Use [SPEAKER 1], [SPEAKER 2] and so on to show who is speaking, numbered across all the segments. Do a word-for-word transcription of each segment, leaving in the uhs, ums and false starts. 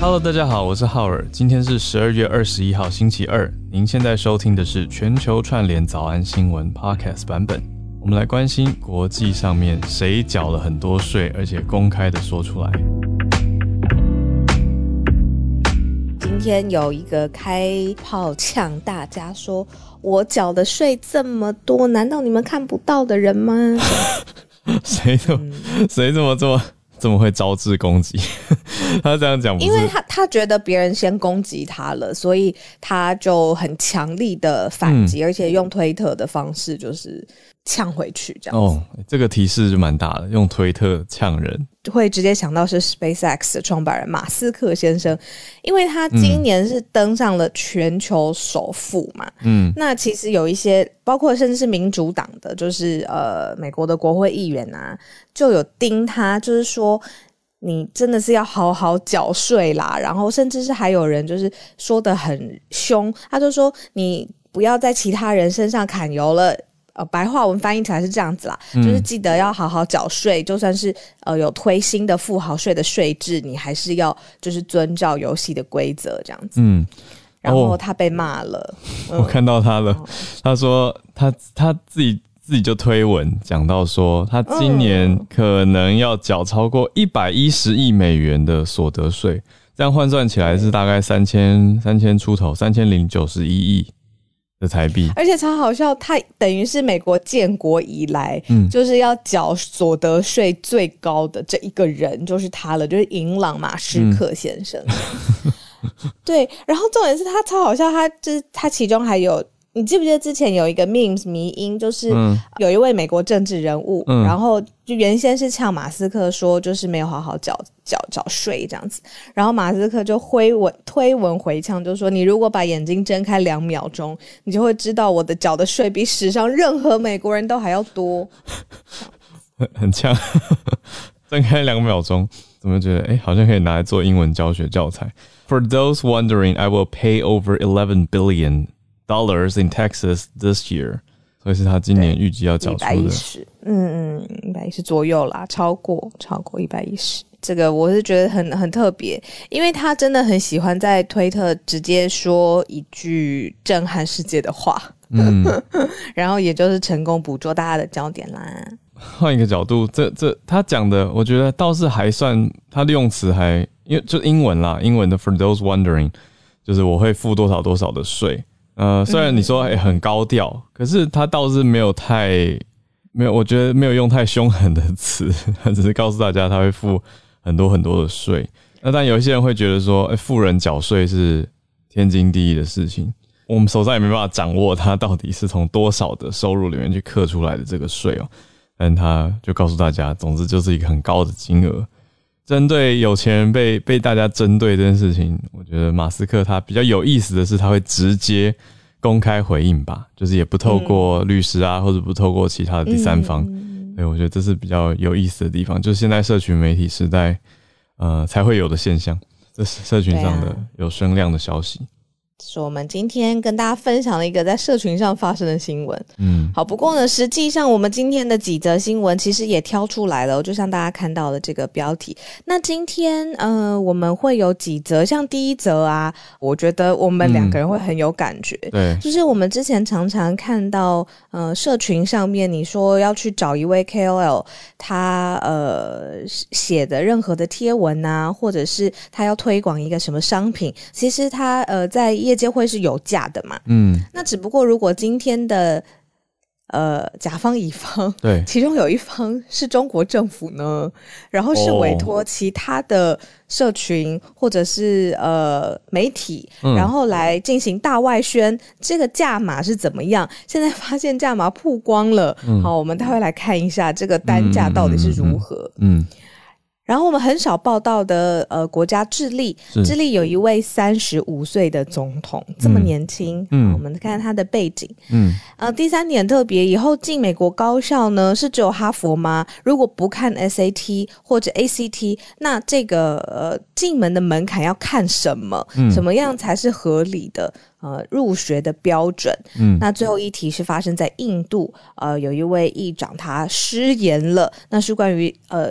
[SPEAKER 1] Hello， 大家好，我是浩尔，今天是十二月二十一号星期二，您现在收听的是全球串联早安新闻 Podcast 版本。我们来关心国际上面谁缴了很多税，而且公开的说出来。
[SPEAKER 2] 今天有一个开炮呛大家说，我缴的税这么多，难道你们看不到的人吗？
[SPEAKER 1] 谁这么谁这么这么这么会招致攻击？他这样讲不是，
[SPEAKER 2] 因为他他觉得别人先攻击他了，所以他就很强力的反击、嗯，而且用推特的方式就是呛回去这样子。哦，
[SPEAKER 1] 这个提示就蛮大的，用推特呛人，
[SPEAKER 2] 会直接想到是 SpaceX 的创办人马斯克先生，因为他今年是登上了全球首富嘛。嗯，那其实有一些，包括甚至是民主党的，就是呃美国的国会议员啊，就有盯他，就是说你真的是要好好缴税啦，然后甚至是还有人就是说得很凶，他就说你不要在其他人身上揩油了。呃，白话文翻译起来是这样子啦，嗯、就是记得要好好缴税，就算是呃有推新的富豪税的税制，你还是要就是遵照游戏的规则这样子。嗯，然后他被骂了，
[SPEAKER 1] 哦嗯、我看到他了，哦、他说他他自己自己就推文讲到说，他今年可能要缴超过一百一十亿美元的所得税，这样换算起来是大概三千三千出头，三千零九十一亿。的台币，
[SPEAKER 2] 而且超好笑，他等于是美国建国以来、嗯、就是要缴所得税最高的这一个人就是他了，就是银朗马斯克先生、嗯、对，然后重点是他超好笑，他就是他其中还有，你记不记得之前有一个 memes 迷因，就是有一位美国政治人物、嗯、然后就原先是呛马斯克说就是没有好好缴缴缴税这样子，然后马斯克就挥文推文回呛，就说你如果把眼睛睁开两秒钟，你就会知道我的缴的税比史上任何美国人都还要多。
[SPEAKER 1] 很很呛，睁开两秒钟，怎么觉得哎，好像可以拿来做英文教学教材。For those wondering, I will pay over eleven billion dollars in taxes this year. 所以是他今年预计要缴出的
[SPEAKER 2] 一百一十，嗯嗯，一百一十左右啦，超过超过一百一十。这个我是觉得很很特别，因为他真的很喜欢在推特直接说一句震撼世界的话，嗯，然后也就是成功捕捉大家的焦点啦。
[SPEAKER 1] 换一个角度，这这他讲的，我觉得倒是还算，他的用词还因为就英文啦，英文的 For those wondering， 就是我会付多少多少的税。呃，虽然你说、欸、很高调，可是他倒是没有太没有，我觉得没有用太凶狠的词，他只是告诉大家他会付很多很多的税。那但有一些人会觉得说，欸、富人缴税是天经地义的事情，我们手上也没办法掌握他到底是从多少的收入里面去课出来的这个税哦。但他就告诉大家，总之就是一个很高的金额。针对有钱人被被大家针对这件事情，我觉得马斯克他比较有意思的是，他会直接公开回应吧，就是也不透过律师啊，嗯、或者不透过其他的第三方。嗯、对，我觉得这是比较有意思的地方，就是现在社群媒体时代，呃，才会有的现象。这是社群上的有声量的消息。
[SPEAKER 2] 是我们今天跟大家分享了一个在社群上发生的新闻。嗯，好，不过呢，实际上我们今天的几则新闻其实也挑出来了，就像大家看到的这个标题。那今天呃，我们会有几则，像第一则啊，我觉得我们两个人会很有感觉。
[SPEAKER 1] 嗯、对，
[SPEAKER 2] 就是我们之前常常看到呃，社群上面你说要去找一位 K O L， 他呃写的任何的贴文啊，或者是他要推广一个什么商品，其实他呃在业界会是有价的嘛，嗯，那只不过如果今天的呃甲方乙方，对，其中有一方是中国政府呢，然后是委托其他的社群或者是呃媒体、嗯、然后来进行大外宣，这个价码是怎么样，现在发现价码曝光了、嗯、好，我们待会来看一下这个单价到底是如何。嗯, 嗯, 嗯, 嗯然后我们很少报道的呃国家智利，智利有一位三十五岁的总统，这么年轻，嗯，我们看他的背景，嗯，呃，第三点特别，以后进美国高校呢是只有哈佛吗？如果不看 S A T 或者 A C T， 那这个呃进门的门槛要看什么？嗯，什么样才是合理的？呃，入学的标准。嗯，那最后一题是发生在印度，呃，有一位议长他失言了，那是关于呃。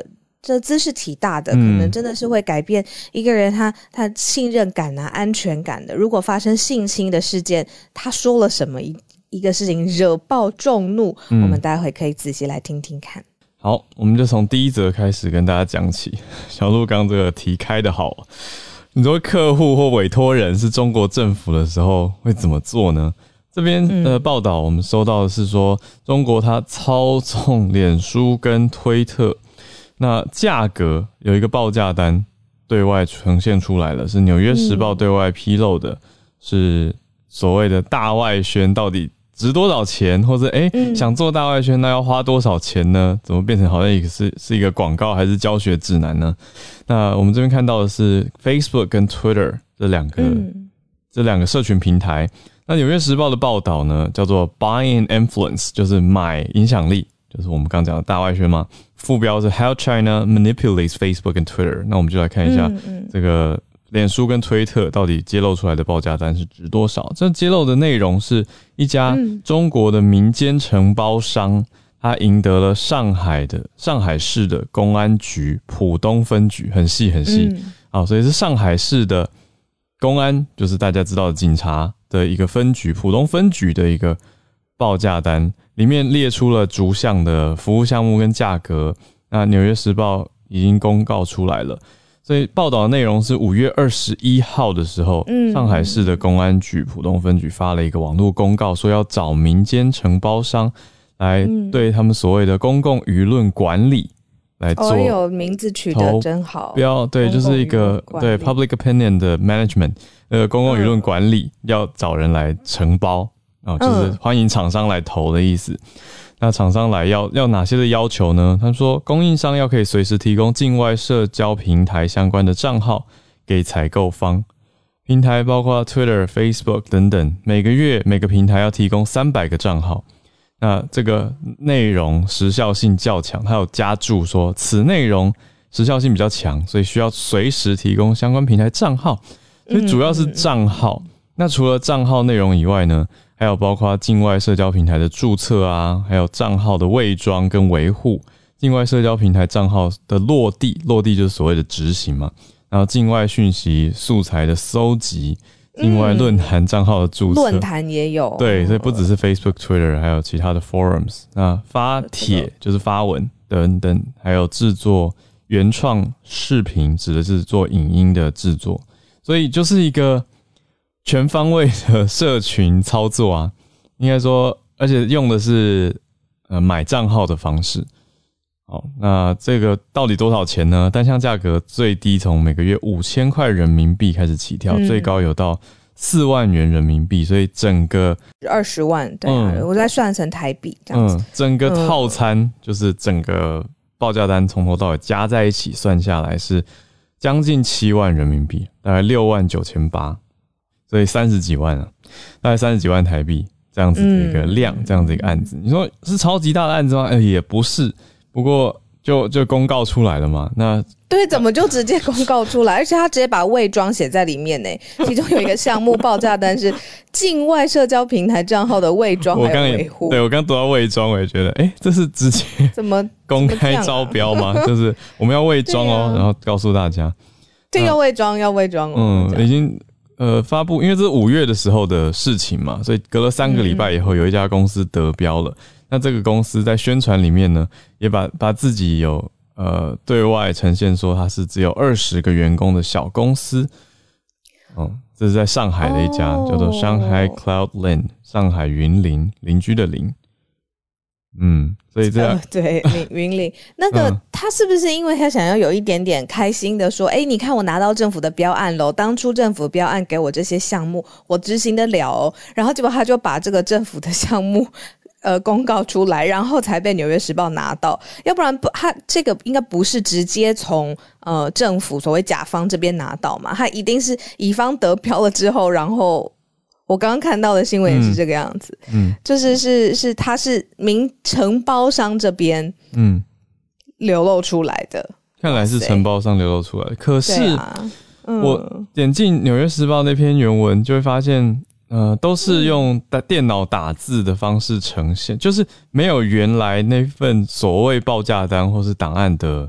[SPEAKER 2] 这姿势体大的，
[SPEAKER 1] 嗯
[SPEAKER 2] 可能真的是会改变一个人他他信任感啊、安全感的。如果发生性侵的事件，他说了什么一一个事情惹爆众怒、嗯，我们待会可以仔细来听听看。
[SPEAKER 1] 好，我们就从第一则开始跟大家讲起。小鹿刚这个题开得好，你说客户或委托人是中国政府的时候会怎么做呢？这边的报道我们收到的是说，中国它操纵脸书跟推特，那价格有一个报价单对外呈现出来了，是纽约时报对外披露的，是所谓的大外宣到底值多少钱，或者诶、欸、想做大外宣那要花多少钱呢？怎么变成好像一个是是一个广告还是教学指南呢？那我们这边看到的是 Facebook 跟 Twitter 这两个、嗯、这两个社群平台。那纽约时报的报道呢，叫做 Buying Influence， 就是买影响力，就是我们刚讲的大外宣嘛。副标是 How China Manipulates Facebook and Twitter。那我们就来看一下这个脸书跟推特到底揭露出来的报价单是值多少。这揭露的内容是一家中国的民间承包商，他赢得了上海的上海市的公安局浦东分局，很细很细、嗯、好，所以是上海市的公安，就是大家知道的警察的一个分局，浦东分局的一个报价单，里面列出了逐项的服务项目跟价格。那纽约时报已经公告出来了，所以报道的内容是五月二十一号的时候、嗯、上海市的公安局浦东分局发了一个网络公告，说要找民间承包商来对他们所谓的公共舆论管理来做。
[SPEAKER 2] 哦，有名字取得真好，
[SPEAKER 1] 不要对，就是一个对 public opinion 的 management， 呃，公共舆论管理、嗯、要找人来承包、哦、就是欢迎厂商来投的意思。嗯、那厂商来要要哪些的要求呢？他说，供应商要可以随时提供境外社交平台相关的账号给采购方，平台包括 Twitter、Facebook 等等，每个月每个平台要提供三百个账号。那这个内容时效性较强，它有加注说此内容时效性比较强，所以需要随时提供相关平台账号，所以主要是账号、嗯、那除了账号内容以外呢，还有包括境外社交平台的注册啊，还有账号的伪装跟维护，境外社交平台账号的落地，落地就是所谓的执行嘛，然后境外讯息素材的搜集，境外论坛账号的注册，
[SPEAKER 2] 论坛也有，
[SPEAKER 1] 对，所以不只是 Facebook、Twitter， 还有其他的 forums。那发帖就是发文等等，还有制作原创视频，指的是做影音的制作，所以就是一个全方位的社群操作啊，应该说，而且用的是呃买账号的方式。好，那这个到底多少钱呢？单项价格最低从每个月五千块人民币开始起跳、嗯、最高有到四万元人民币，所以整个
[SPEAKER 2] 二十万，对啊、嗯、我再算成台币这样子、嗯、
[SPEAKER 1] 整个套餐、嗯、就是整个报价单从头到尾加在一起算下来是将近七万人民币，大概六万九千八，所以三十几万啊，大概三十几万台币这样子的一个量、嗯、这样子一个案子，你说是超级大的案子吗？欸、也不是，不过就就公告出来了嘛，那
[SPEAKER 2] 对，怎么就直接公告出来？而且他直接把伪装写在里面呢。其中有一个项目报价单是境外社交平台账号的伪装还有维护。
[SPEAKER 1] 对，我刚读到伪装，我也觉得，哎、欸，这是直接
[SPEAKER 2] 怎么
[SPEAKER 1] 公开招标吗？啊、就是我们要伪装哦、啊，然后告诉大家，
[SPEAKER 2] 对，要伪装，要伪装
[SPEAKER 1] 哦。嗯，已经呃发布，因为这是五月的时候的事情嘛，所以隔了三个礼拜以后，有一家公司得标了。嗯、那这个公司在宣传里面呢，也把把自己有。呃，对外呈现说它是只有二十个员工的小公司，哦，这是在上海的一家、哦、叫做 Shanghai Cloudlin， 上海云林，邻居的邻，嗯，所以这样、
[SPEAKER 2] 呃、对云林那个、嗯、他是不是因为他想要有一点点开心的说，哎，你看我拿到政府的标案咯，当初政府标案给我这些项目，我执行得了哦，然后结果他就把这个政府的项目。呃，公告出来，然后才被《纽约时报》拿到，要不然不，他这个应该不是直接从呃政府所谓甲方这边拿到嘛，他一定是乙方得标了之后，然后我刚刚看到的新闻也是这个样子，嗯，就是是是他是民承包商这边嗯流露出来的，
[SPEAKER 1] 看来是承包商流露出来的，可是、啊嗯、我点进《纽约时报》那篇原文就会发现。呃，都是用电脑打字的方式呈现，就是没有原来那份所谓报价单或是档案的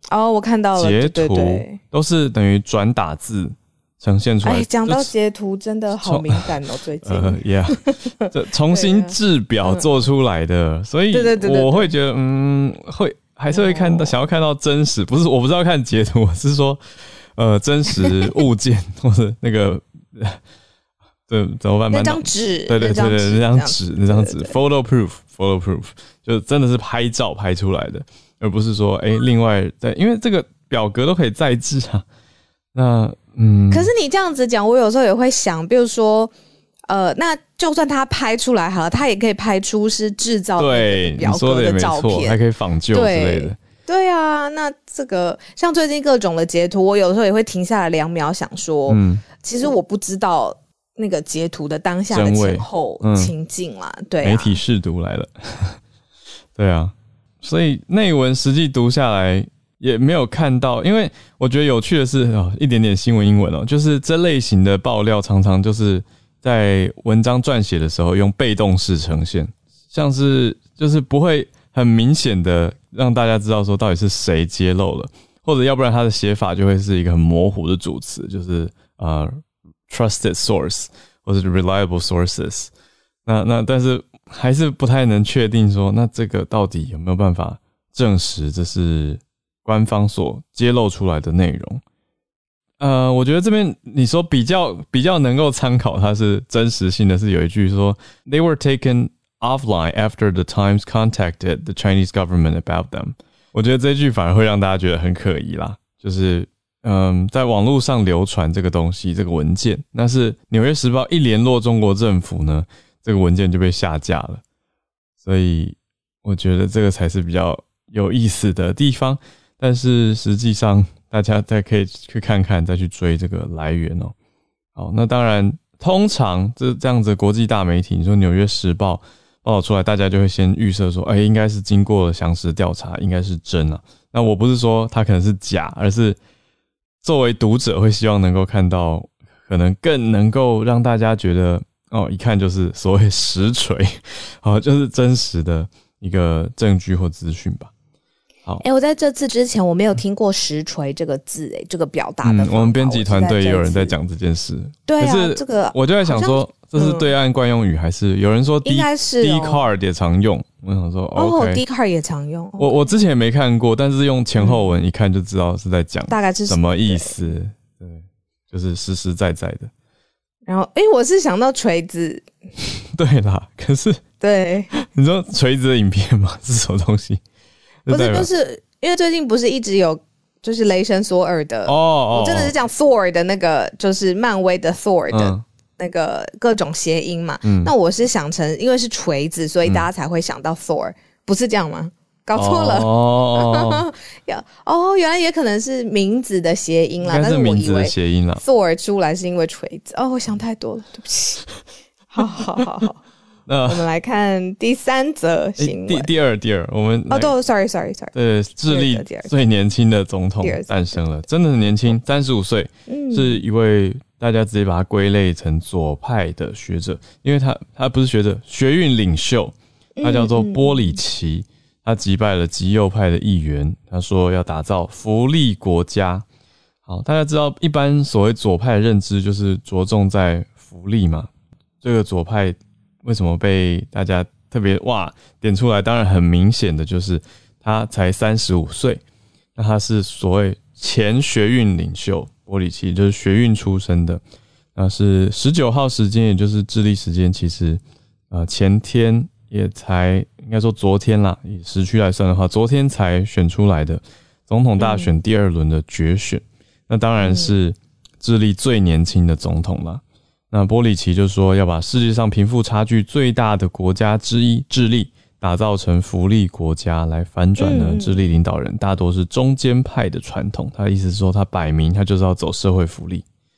[SPEAKER 2] 哦，我看到了，
[SPEAKER 1] 截图
[SPEAKER 2] 对对对
[SPEAKER 1] 都是等于转打字呈现出来。
[SPEAKER 2] 哎，讲到截图真的好敏感哦，最近。
[SPEAKER 1] 呃 ，Yeah， 这重新制表做出来的，嗯、所以我会觉得，嗯，会还是会看到、哦、想要看到真实，不是我不是要看截图，我是说，呃，真实物件或者那个。对，怎么办？
[SPEAKER 2] 那张纸，
[SPEAKER 1] 对对对对，那张纸，那张纸 ，photo proof，photo proof， 就真的是拍照拍出来的，而不是说，哎、欸，另外在，因为这个表格都可以再制啊。那嗯，
[SPEAKER 2] 可是你这样子讲，我有时候也会想，比如说，呃，那就算他拍出来好了，他也可以拍出是制造
[SPEAKER 1] 对
[SPEAKER 2] 表格的照片，
[SPEAKER 1] 还可以仿旧之类的。
[SPEAKER 2] 对啊，那这个像最近各种的截图，我有时候也会停下来两秒，想说，嗯，其实我不知道。那个截图的当下的前后情境啦，嗯、对、啊，
[SPEAKER 1] 媒体试读来了，对啊，所以内文实际读下来也没有看到，因为我觉得有趣的是哦，一点点新闻英文哦，就是这类型的爆料常常就是在文章撰写的时候用被动式呈现，像是就是不会很明显的让大家知道说到底是谁揭露了，或者要不然他的写法就会是一个很模糊的主词，就是呃。trusted source 或者 reliable sources， 那那但是还是不太能确定说，那这个到底有没有办法证实这是官方所揭露出来的内容？呃，我觉得这边你说比较比较能够参考它是真实性的是有一句说 ，They were taken offline after the Times contacted the Chinese government about them。我觉得这句反而会让大家觉得很可疑啦，就是。嗯，在网络上流传这个东西，这个文件，那是《纽约时报》一联络中国政府呢，这个文件就被下架了。所以我觉得这个才是比较有意思的地方。但是实际上，大家再可以去看看，再去追这个来源哦。好，那当然，通常这这样子的国际大媒体，你说《纽约时报》报道出来，大家就会先预设说，哎、欸，应该是经过了详实调查，应该是真啊。那我不是说它可能是假，而是作为读者会希望能够看到可能更能够让大家觉得哦，一看就是所谓实锤，好，就是真实的一个证据或资讯吧。好，哎、
[SPEAKER 2] 欸，我在这次之前我没有听过实锤这个字、欸，哎，这个表达的、
[SPEAKER 1] 嗯。我们编辑团队也有人在讲这件事。
[SPEAKER 2] 对啊，
[SPEAKER 1] 可是
[SPEAKER 2] 这个
[SPEAKER 1] 我就在想说，这是对岸惯用语，还是有人说 D
[SPEAKER 2] 应该是、哦、
[SPEAKER 1] Dcard 也常用？我想说，
[SPEAKER 2] 哦
[SPEAKER 1] ，OK，
[SPEAKER 2] Dcard 也常用。
[SPEAKER 1] 我我之前也没看过，但是用前后文一看就知道是在讲
[SPEAKER 2] 大概是
[SPEAKER 1] 什么意思。对，就是实实在在的。
[SPEAKER 2] 然后，哎、欸，我是想到锤子。
[SPEAKER 1] 对啦，可是
[SPEAKER 2] 对，
[SPEAKER 1] 你说锤子的影片吗？是什么东西？
[SPEAKER 2] 不是，就是因为最近不是一直有就是雷神索尔的哦，哦我真的是讲 Thor 的那个，就是漫威的 Thor 的那个各种谐音嘛。嗯、那我是想成，因为是锤子，所以大家才会想到 Thor，、嗯、不是这样吗？搞错了哦哦，原来也可能是名字的谐音啦，
[SPEAKER 1] 应该是名字的谐音啦。
[SPEAKER 2] Thor 出来是因为锤子哦，我想太多了，对不起。好好好好，那我们来看第三则新闻。
[SPEAKER 1] 第第二第二，我们
[SPEAKER 2] 哦，对 ，sorry sorry sorry，
[SPEAKER 1] 对，智利最年轻的总统诞生了，真的很年轻，三十五岁，是一位大家直接把他归类成左派的学者，因为他他不是学者，学运领袖，他叫做波里奇。嗯嗯他击败了极右派的议员，他说要打造福利国家。好，大家知道一般所谓左派的认知就是着重在福利嘛。这个左派为什么被大家特别哇点出来？当然很明显的就是他才三十五岁，那他是所谓前学运领袖波里奇，就是学运出身的。那是十九号时间，也就是智利时间，其实呃前天。也才应该说昨天啦，以时区来算的话，昨天才选出来的总统大选第二轮的决选，嗯、那当然是智利最年轻的总统啦。那波里奇就说要把世界上贫富差距最大的国家之一智利打造成福利国家，来反转呢智利领导人大多是中间派的传统。他的意思是说，他摆明他就是要走社会福利。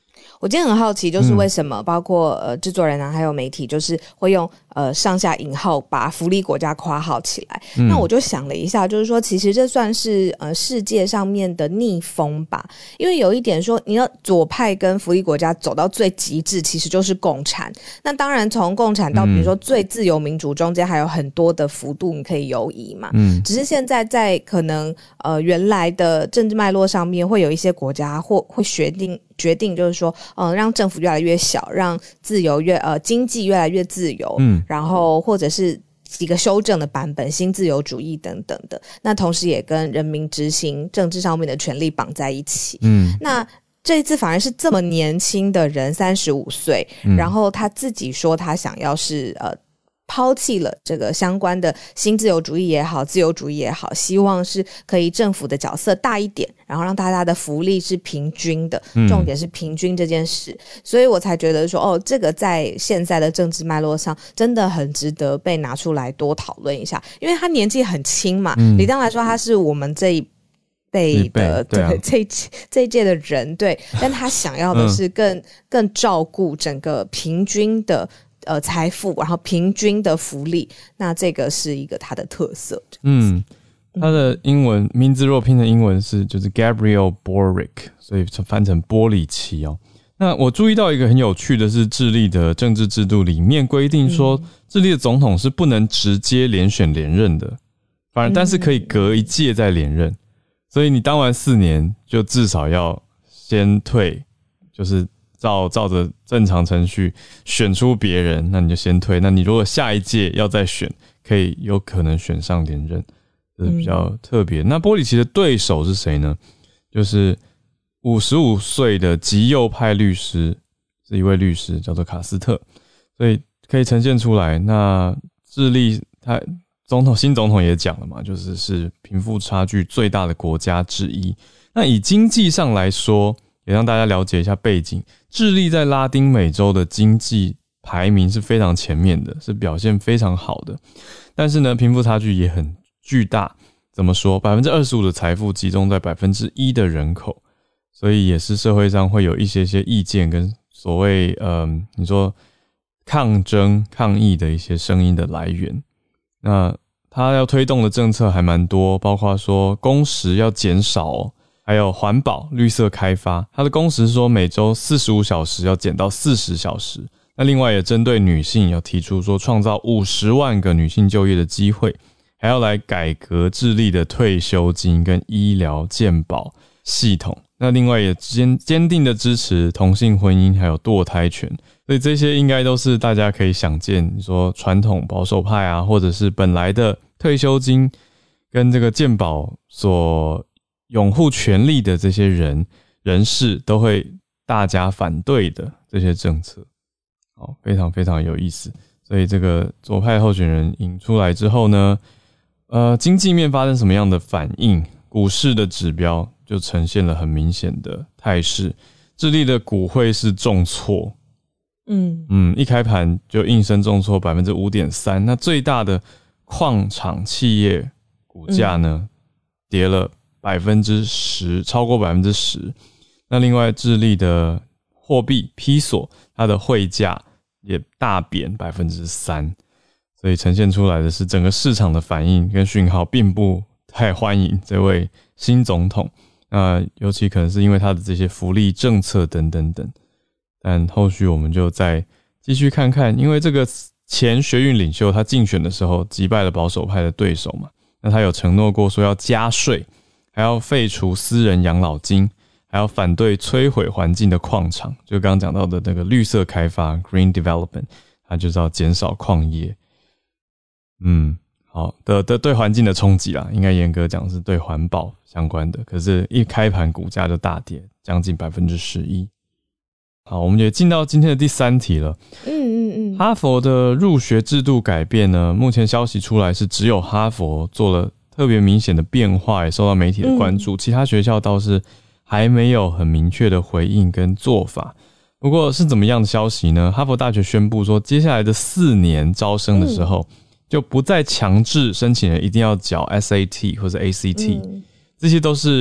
[SPEAKER 2] 我今天很好奇，就是为什么包括呃制作人啊，还有媒体，就是会用呃上下引号把福利国家括号起来。嗯、那我就想了一下，就是说，其实这算是呃世界上面的逆风吧？因为有一点说，你要左派跟福利国家走到最极致，其实就是共产。那当然，从共产到比如说最自由民主中间，还有很多的幅度你可以游移嘛。嗯，只是现在在可能呃原来的政治脉络上面，会有一些国家或会决定。决定就是说，呃，让政府越来越小，让自由越呃经济越来越自由，嗯，然后或者是几个修正的版本，新自由主义等等的。那同时也跟人民执行政治上面的权利绑在一起，嗯，那这一次反而是这么年轻的人，三十五岁，然后他自己说他想要是呃。抛弃了这个相关的新自由主义也好，自由主义也好，希望是可以政府的角色大一点，然后让大家的福利是平均的，重点是平均这件事，嗯、所以我才觉得说，哦，这个在现在的政治脉络上真的很值得被拿出来多讨论一下，因为他年纪很轻嘛，嗯、理当来说他是我们这一辈的对、啊、对这一这一届的人，对，但他想要的是更、嗯、更照顾整个平均的。呃，财富，然后平均的福利，那这个是一个它的特色。
[SPEAKER 1] 嗯，它的英文、嗯、名字若拼的英文是就是 Gabriel Boric， 所以翻成波里奇哦。那我注意到一个很有趣的是，智利的政治制度里面规定说，嗯、智利的总统是不能直接连选连任的，反而但是可以隔一届再连任，所以你当完四年就至少要先退，就是。照照着正常程序选出别人，那你就先退。那你如果下一届要再选，可以有可能选上连任，这是比较特别。嗯、那波里奇的对手是谁呢？就是五十五岁的极右派律师，是一位律师，叫做卡斯特。所以可以呈现出来。那智利他总统新总统也讲了嘛，就是是贫富差距最大的国家之一。那以经济上来说，也让大家了解一下背景。智利在拉丁美洲的经济排名是非常前面的，是表现非常好的。但是呢，贫富差距也很巨大。怎么说？ 百分之二十五 的财富集中在 百分之一 的人口，所以也是社会上会有一些些意见跟所谓呃，你说抗争、抗议的一些声音的来源。那他要推动的政策还蛮多，包括说工时要减少哦。还有环保、绿色开发，它的工时说每周四十五小时要减到四十小时。那另外也针对女性要提出说创造五十万个女性就业的机会，还要来改革智利的退休金跟医疗健保系统。那另外也坚坚定的支持同性婚姻还有堕胎权。所以这些应该都是大家可以想见，你说传统保守派啊，或者是本来的退休金跟这个健保所拥护权利的这些人人士都会大家反对的这些政策，好，非常非常有意思。所以这个左派候选人赢出来之后呢，呃，经济面发生什么样的反应？股市的指标就呈现了很明显的态势。智利的股汇是重挫，嗯嗯，一开盘就应声重挫 百分之五点三。那最大的矿场企业股价呢、嗯、跌了百分之十，超过百分之十。那另外，智利的货币披索，它的汇价也大贬百分之三，所以呈现出来的是整个市场的反应跟讯号并不太欢迎这位新总统。那尤其可能是因为他的这些福利政策等等等。但后续我们就再继续看看，因为这个前学运领袖他竞选的时候击败了保守派的对手嘛，那他有承诺过说要加税。还要废除私人养老金，还要反对摧毁环境的矿场，就刚刚讲到的那个绿色开发 Green Development， 它就是要减少矿业。嗯，好的的对环境的冲击啦，应该严格讲是对环保相关的。可是，一开盘股价就大跌，将近百分之十一。好，我们也进到今天的第三题了。嗯嗯嗯，哈佛的入学制度改变呢，目前消息出来是只有哈佛做了特别明显的变化，也受到媒体的关注、嗯、其他学校倒是还没有很明确的回应跟做法。不过是怎么样的消息呢？哈佛大学宣布说，接下来的四年招生的时候、嗯、就不再强制申请人一定要缴 S A T 或者 A C T、嗯、这些都是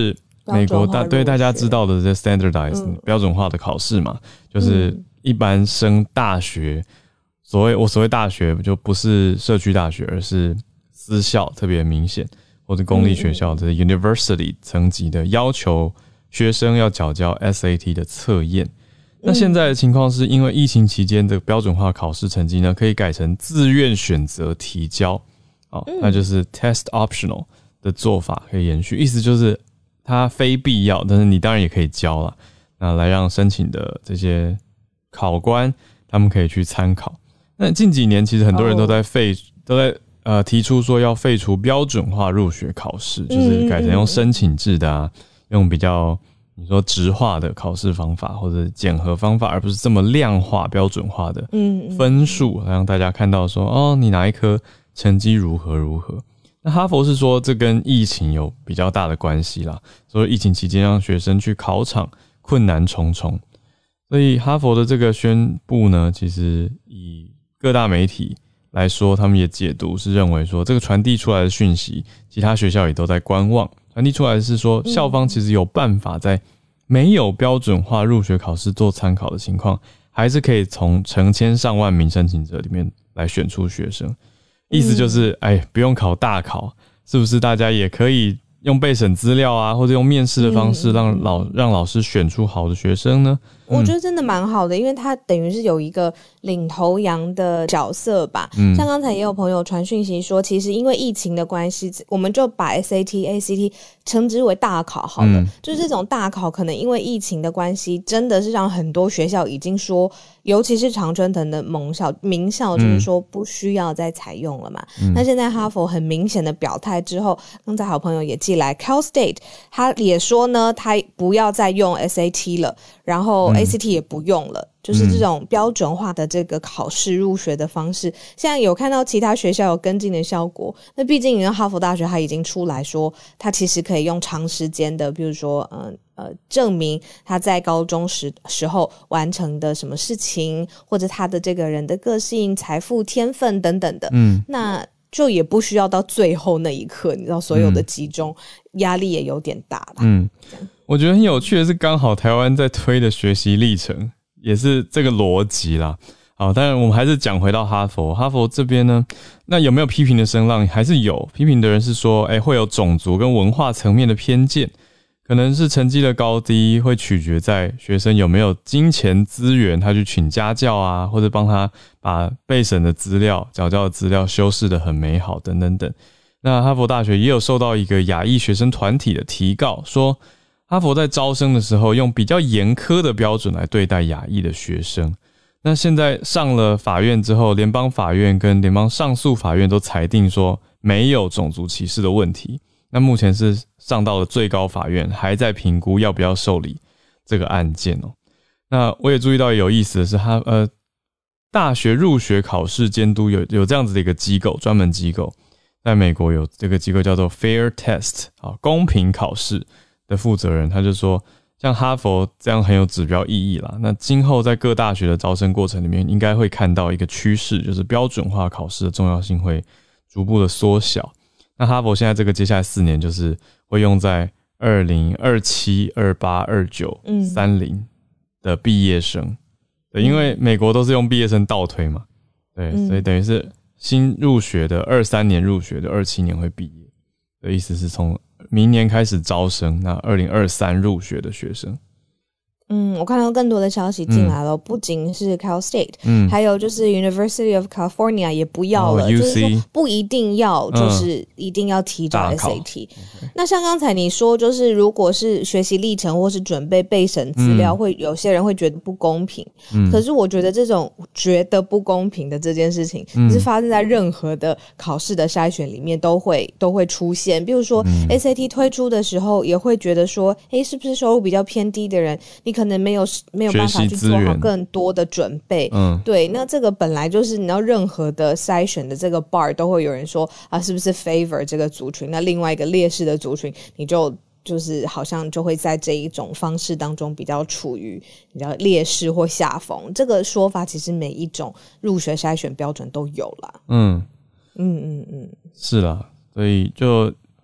[SPEAKER 1] 美国大对大家知道的这 standardized、嗯、标准化的考试嘛，就是一般升大学，所谓我所谓大学就不是社区大学，而是私校特别明显，或者公立学校的 university 层级的要求学生要缴交 S A T 的测验。那现在的情况是因为疫情期间的标准化考试成绩呢，可以改成自愿选择提交，哦，那就是 test optional 的做法可以延续，意思就是它非必要，但是你当然也可以交啦，那来让申请的这些考官他们可以去参考。那近几年其实很多人都在废、oh. 都在呃提出说要废除标准化入学考试，就是改成用申请制的啊，用比较你说直化的考试方法或者检核方法，而不是这么量化标准化的分数，让大家看到说哦，你哪一科成绩如何如何。那哈佛是说这跟疫情有比较大的关系啦，所以疫情期间让学生去考场困难重重，所以哈佛的这个宣布呢，其实以各大媒体来说，他们也解读是认为说这个传递出来的讯息，其他学校也都在观望。传递出来的是说，校方其实有办法在没有标准化入学考试做参考的情况，还是可以从成千上万名申请者里面来选出学生。意思就是，哎，不用考大考，是不是大家也可以用备审资料啊，或者用面试的方式让老让老师选出好的学生呢？
[SPEAKER 2] 我觉得真的蛮好的，因为他等于是有一个领头羊的角色吧。嗯，像刚才也有朋友传讯息说，其实因为疫情的关系，我们就把 S A T、A C T 称之为大考好了。嗯，就是这种大考，可能因为疫情的关系，真的是让很多学校已经说，尤其是常春藤的盟校、名校，就是说不需要再采用了嘛。嗯，那现在哈佛很明显的表态之后，刚才好朋友也寄来 Cal State， 他也说呢，他不要再用 S A T 了，然后 A C T 也不用了，嗯，就是这种标准化的这个考试入学的方式，现在有看到其他学校有跟进的效果。那毕竟你看哈佛大学他已经出来说，他其实可以用长时间的，比如说呃呃证明他在高中时时候完成的什么事情，或者他的这个人的个性、财富、天分等等的。嗯，那就也不需要到最后那一刻，你知道所有的集中，压力也有点大啦。嗯，
[SPEAKER 1] 我觉得很有趣的是，刚好台湾在推的学习历程也是这个逻辑啦。好，当然我们还是讲回到哈佛，哈佛这边呢，那有没有批评的声浪？还是有，批评的人是说，哎，会有种族跟文化层面的偏见，可能是成绩的高低会取决在学生有没有金钱资源，他去请家教啊，或者帮他把备审的资料、缴交的资料修饰得很美好等等等。那哈佛大学也有受到一个亚裔学生团体的提告，说哈佛在招生的时候用比较严苛的标准来对待亚裔的学生。那现在上了法院之后，联邦法院跟联邦上诉法院都裁定说没有种族歧视的问题。那目前是上到了最高法院，还在评估要不要受理这个案件哦。那我也注意到有意思的是，他呃大学入学考试监督有有这样子的一个机构，专门机构，在美国有这个机构叫做 Fair Test 啊，公平考试的负责人，他就说，像哈佛这样很有指标意义啦。那今后在各大学的招生过程里面，应该会看到一个趋势，就是标准化考试的重要性会逐步的缩小。那哈佛现在这个接下来四年就是会用在二零二七、二八、二九、三零的毕业生，对，因为美国都是用毕业生倒推嘛，对，所以等于是新入学的二三年入学的二七年会毕业的意思是从明年开始招生，那二零二三入学的学生。
[SPEAKER 2] 嗯，我看到更多的消息进来了，嗯，不仅是 Cal State，嗯，还有就是 University of California 也不要了，哦，就是说不一定要，就是一定要提交 S A T。嗯，那像刚才你说，就是如果是学习历程或是准备备审资料，嗯，会有些人会觉得不公平。嗯，可是我觉得这种觉得不公平的这件事情，嗯，是发生在任何的考试的筛选里面都会都会出现。比如说，嗯，S A T 推出的时候，也会觉得说，诶，是不是收入比较偏低的人，你可能没有没有办法去做好更多的准备。嗯，对，那这个本来就是你要任何的筛选的这个 bar 都会有人说啊，是不是 favor 这个族群？那另外一个劣势的族群，你就就是好像就会在这一种方式当中比较处于比较劣势或下风。这个说法其实每一种入学筛选标准都有啦。
[SPEAKER 1] 嗯嗯嗯嗯，是啦，所以就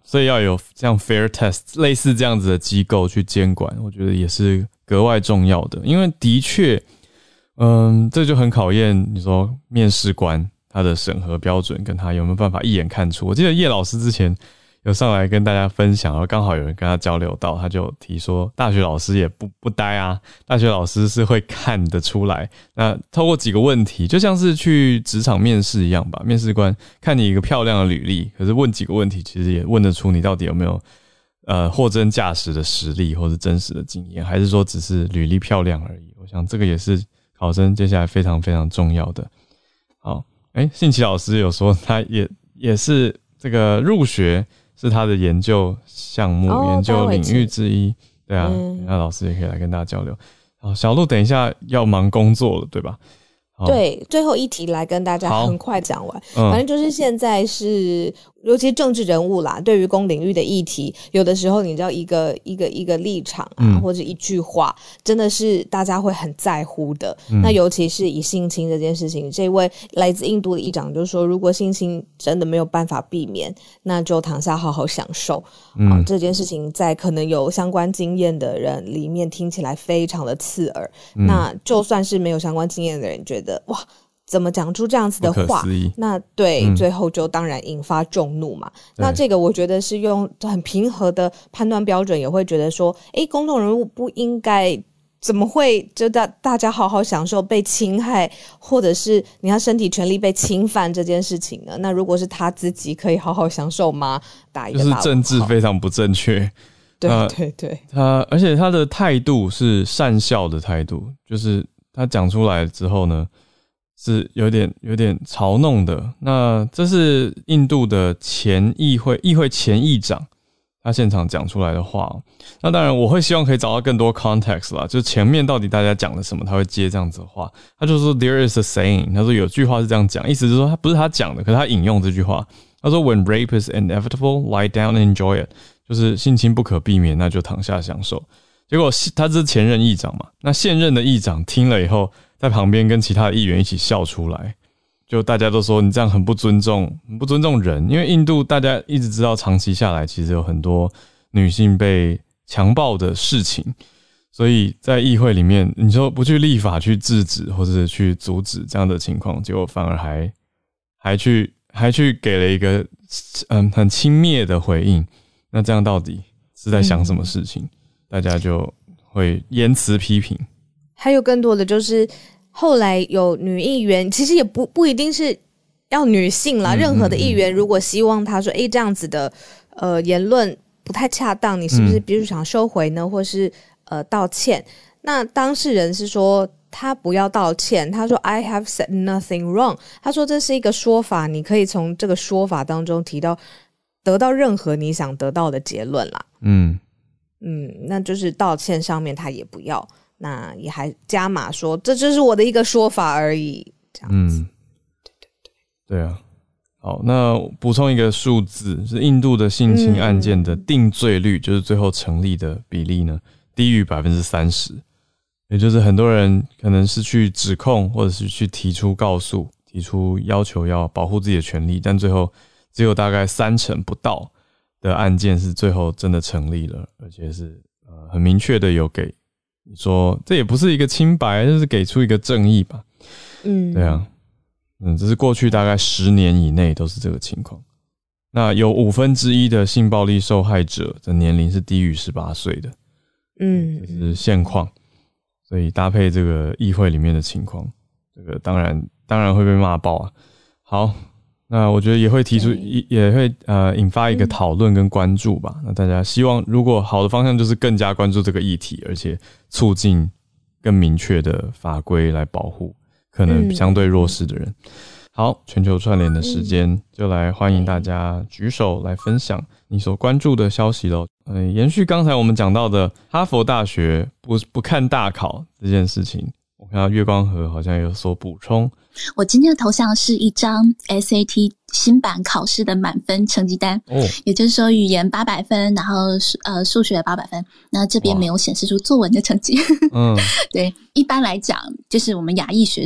[SPEAKER 1] 所以要有像 fair test 类似这样子的机构去监管，我觉得也是格外重要的。因为的确嗯，这就很考验你说面试官他的审核标准跟他有没有办法一眼看出。我记得叶老师之前有上来跟大家分享，然后刚好有人跟他交流到，他就提说大学老师也不不呆啊，大学老师是会看得出来。那透过几个问题，就像是去职场面试一样吧，面试官看你一个漂亮的履历，可是问几个问题其实也问得出你到底有没有呃货真价实的实力或是真实的经验，还是说只是履历漂亮而已。我想这个也是考生接下来非常非常重要的。好，诶信奇老师有说他也也是这个入学是他的研究项目、哦、研究领域之一。对啊，嗯、那老师也可以来跟大家交流。好，小鹿等一下要忙工作了，对吧？
[SPEAKER 2] 对，最后一题来跟大家很快讲完。嗯、反正就是现在是，尤其政治人物啦，对于公领域的议题，有的时候你知道一个一个一个立场啊，嗯、或者一句话，真的是大家会很在乎的。嗯、那尤其是以性侵这件事情，这位来自印度的议长就说，如果性侵真的没有办法避免，那就躺下好好享受。嗯、啊，这件事情在可能有相关经验的人里面听起来非常的刺耳。嗯、那就算是没有相关经验的人觉得哇，怎么讲出这样子的话？那对、嗯，最后就当然引发众怒嘛。那这个我觉得是用很平和的判断标准，也会觉得说，诶，公众人物不应该怎么会就大大家好好享受被侵害，或者是你看身体权利被侵犯这件事情呢？那如果是他自己可以好好享受吗？打一个大问号，
[SPEAKER 1] 就是政治非常不正确。
[SPEAKER 2] 对对对，
[SPEAKER 1] 他而且他的态度是善笑的态度，就是他讲出来之后呢，是有点有点嘲弄的。那这是印度的前议会议会前议长他现场讲出来的话、哦。那当然我会希望可以找到更多 context 啦，就前面到底大家讲了什么，他会接这样子的话。他就说 there is a saying， 他说有句话是这样讲，意思是说他不是他讲的，可是他引用这句话。他说 when rape is inevitable, lie down and enjoy it， 就是性侵不可避免，那就躺下享受。结果他是前任议长嘛，那现任的议长听了以后，在旁边跟其他的议员一起笑出来，就大家都说你这样很不尊重，很不尊重人。因为印度大家一直知道，长期下来其实有很多女性被强暴的事情，所以在议会里面，你说不去立法去制止或者去阻止这样的情况，结果反而还还去还去给了一个嗯很轻蔑的回应。那这样到底是在想什么事情？嗯、大家就会言辞批评。
[SPEAKER 2] 还有更多的就是后来有女议员，其实也不不一定是要女性啦，嗯、任何的议员如果希望他说，诶，这样子的呃言论不太恰当，你是不是比如想收回呢，嗯、或是呃道歉？那当事人是说他不要道歉，他说 I have said nothing wrong， 他说这是一个说法，你可以从这个说法当中提到得到任何你想得到的结论啦。嗯嗯，那就是道歉上面他也不要，那也还加码说这就是我的一个说法而已，这样子。嗯，对对对，
[SPEAKER 1] 对啊。好，那补充一个数字，是印度的性侵案件的定罪率，嗯、就是最后成立的比例呢，低于 百分之三十。也就是很多人可能是去指控或者是去提出告诉，提出要求要保护自己的权利，但最后只有大概三成不到的案件是最后真的成立了，而且是呃很明确的有给你说，这也不是一个清白，就是给出一个正义吧。嗯，对啊，嗯，这是过去大概十年以内都是这个情况。那有五分之一的性暴力受害者的年龄是低于十八岁的，嗯，这是现况。所以搭配这个议会里面的情况，这个当然当然会被骂爆啊。好，那我觉得也会提出，也会呃引发一个讨论跟关注吧。那大家希望，如果好的方向就是更加关注这个议题，而且促进更明确的法规来保护可能相对弱势的人。好，全球串联的时间，就来欢迎大家举手来分享你所关注的消息咯。呃，延续刚才我们讲到的哈佛大学不不看大考这件事情，我看到月光河好像有所补充。
[SPEAKER 3] 我今天的头像是一张 S A T 新版考试的满分成绩单，哦，也就是说语言八百分，然后呃数学八百分，那这边没有显示出作文的成绩。嗯，对，一般来讲，就是我们亚裔学生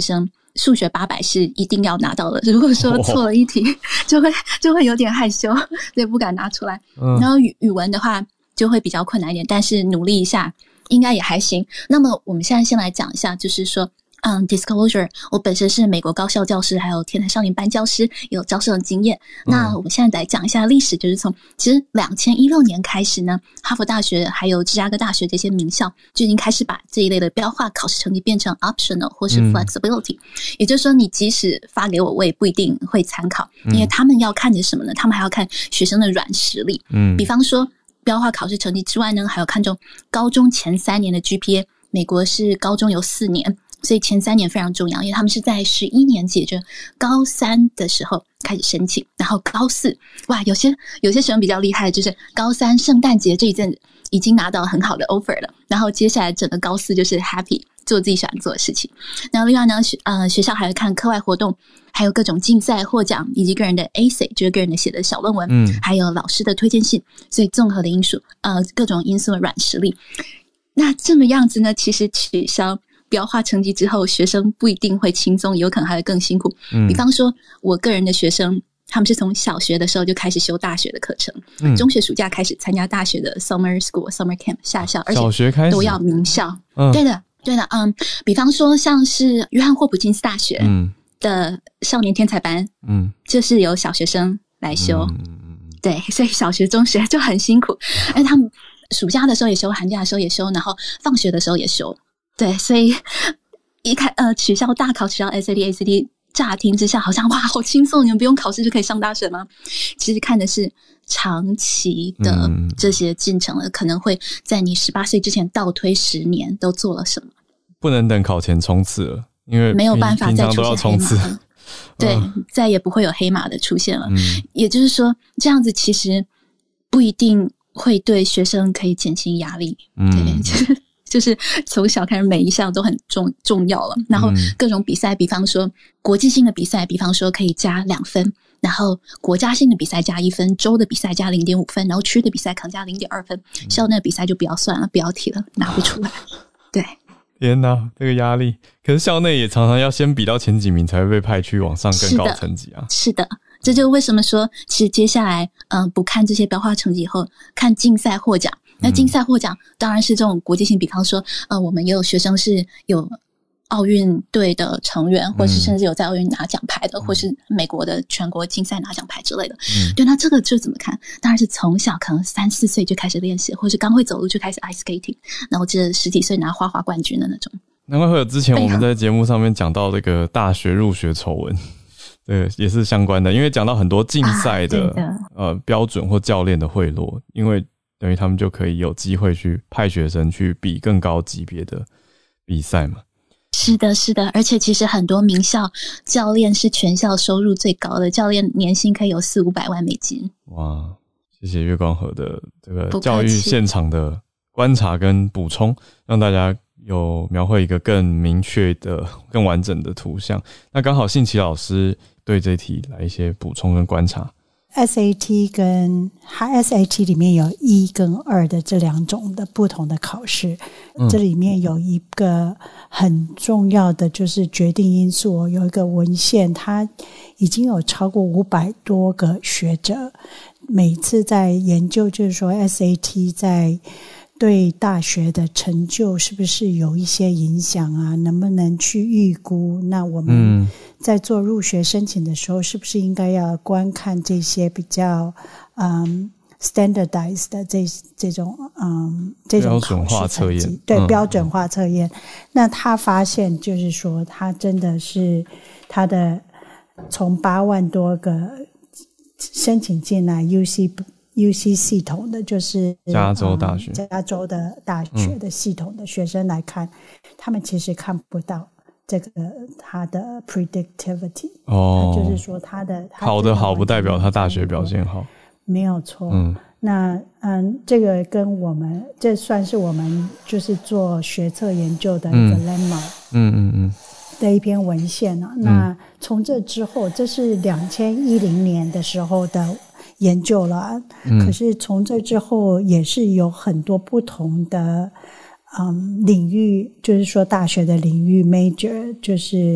[SPEAKER 3] 数学八百是一定要拿到的，如果说错了一题，就会就会有点害羞，所以不敢拿出来。嗯、然后语语文的话就会比较困难一点，但是努力一下应该也还行。那么我们现在先来讲一下，就是说。嗯 ，disclosure， 我本身是美国高校教师，还有天才少年班教师，有教授的经验。嗯、那我们现在来讲一下历史，就是从其实二零一六年开始呢，哈佛大学还有芝加哥大学这些名校就已经开始把这一类的标化考试成绩变成 optional 或是 flexibility，、嗯、也就是说，你即使发给我，我也不一定会参考，因为他们要看的什么呢？他们还要看学生的软实力。嗯，比方说标化考试成绩之外呢，还有看重高中前三年的 G P A， 美国是高中有四年。所以前三年非常重要，因为他们是在十一年级，就高三的时候开始申请，然后高四，哇，有些有些学生比较厉害，就是高三圣诞节这一阵子已经拿到很好的 offer 了，然后接下来整个高四就是 happy 做自己喜欢做的事情。然后另外呢，学呃学校还会看课外活动，还有各种竞赛获奖，以及个人的 essay 就是个人的写的小论文，嗯，还有老师的推荐信，所以综合的因素，呃各种因素的软实力。那这么样子呢，其实取消标化成绩之后，学生不一定会轻松，有可能还会更辛苦。嗯，比方说我个人的学生，他们是从小学的时候就开始修大学的课程，嗯、中学暑假开始参加大学的 summer school、summer camp 夏校，而且都要名校。嗯、对的，对的，嗯，比方说像是约翰霍普金斯大学的少年天才班，嗯，就是由小学生来修。嗯，对，所以小学、中学就很辛苦，而他们暑假的时候也修，寒假的时候也修，然后放学的时候也修。对，所以一开呃取消大考，取消 S A T、A C T， 乍听之下好像哇好轻松，你们不用考试就可以上大学吗？其实看的是长期的这些进程了，嗯、可能会在你十八岁之前倒推十年都做了什么，
[SPEAKER 1] 不能等考前冲刺了，因为
[SPEAKER 3] 没有办法再出现黑马了。对，
[SPEAKER 1] 嗯、
[SPEAKER 3] 再也不会有黑马的出现了。嗯、也就是说，这样子其实不一定会对学生可以减轻压力。嗯、对，就是。就是从小开始每一项都很重重要了，然后各种比赛，比方说国际性的比赛，比方说可以加两分，然后国家性的比赛加一分，州的比赛加 零点五 分，然后区的比赛可能加 零点二 分，校内的比赛就不要算了，不要提了，拿不出来。对，
[SPEAKER 1] 天哪，这个压力！可是校内也常常要先比到前几名才会被派去往上更高成绩啊。
[SPEAKER 3] 是的，这就是为什么说，其实接下来嗯、呃，不看这些标化成绩以后，看竞赛获奖。那竞赛获奖当然是这种国际性，比方说呃，我们也有学生是有奥运队的成员，或是甚至有在奥运拿奖牌的，嗯、或是美国的全国竞赛拿奖牌之类的。嗯、对，那这个就怎么看？当然是从小可能三四岁就开始练习，或是刚会走路就开始 ice skating， 然后这十几岁拿花滑冠军的那种。
[SPEAKER 1] 难怪会有之前我们在节目上面讲到这个大学入学丑闻。对，也是相关的，因为讲到很多竞赛的、啊、的呃标准或教练的贿赂，因为等于他们就可以有机会去派学生去比更高级别的比赛嘛。
[SPEAKER 3] 是的，是的，而且其实很多名校教练是全校收入最高的，教练年薪可以有四五百万美金。
[SPEAKER 1] 哇，谢谢月光河的这个教育现场的观察跟补充，让大家有描绘一个更明确的、更完整的图像。那刚好信琪老师对这题来一些补充跟观察。
[SPEAKER 4] S A T 跟 S A T 里面有一跟二的这两种的不同的考试，嗯、这里面有一个很重要的就是决定因素，有一个文献，它已经有超过五百多个学者每次在研究，就是说 S A T 在对大学的成就是不是有一些影响啊？能不能去预估？那我们在做入学申请的时候，是不是应该要观看这些比较嗯 standardized 的这这种嗯这种考试成绩？对，标准化测验。那他发现就是说，他真的是他的从八万多个申请进来 U C。U C 系统的就是
[SPEAKER 1] 加州大学、
[SPEAKER 4] 嗯、加州的大学的系统的学生来看、嗯、他们其实看不到这个他的 predictivity 哦，就是说他的
[SPEAKER 1] 考得好不代表他大学表现好，
[SPEAKER 4] 没有错。嗯，那嗯，这个跟我们这算是我们就是做学测研究的一个 landmark， 嗯嗯嗯的一篇文献啊。嗯、那从这之后，这是两千一零年的时候的研究了，嗯、可是从这之后也是有很多不同的嗯领域，就是说大学的领域 major 就是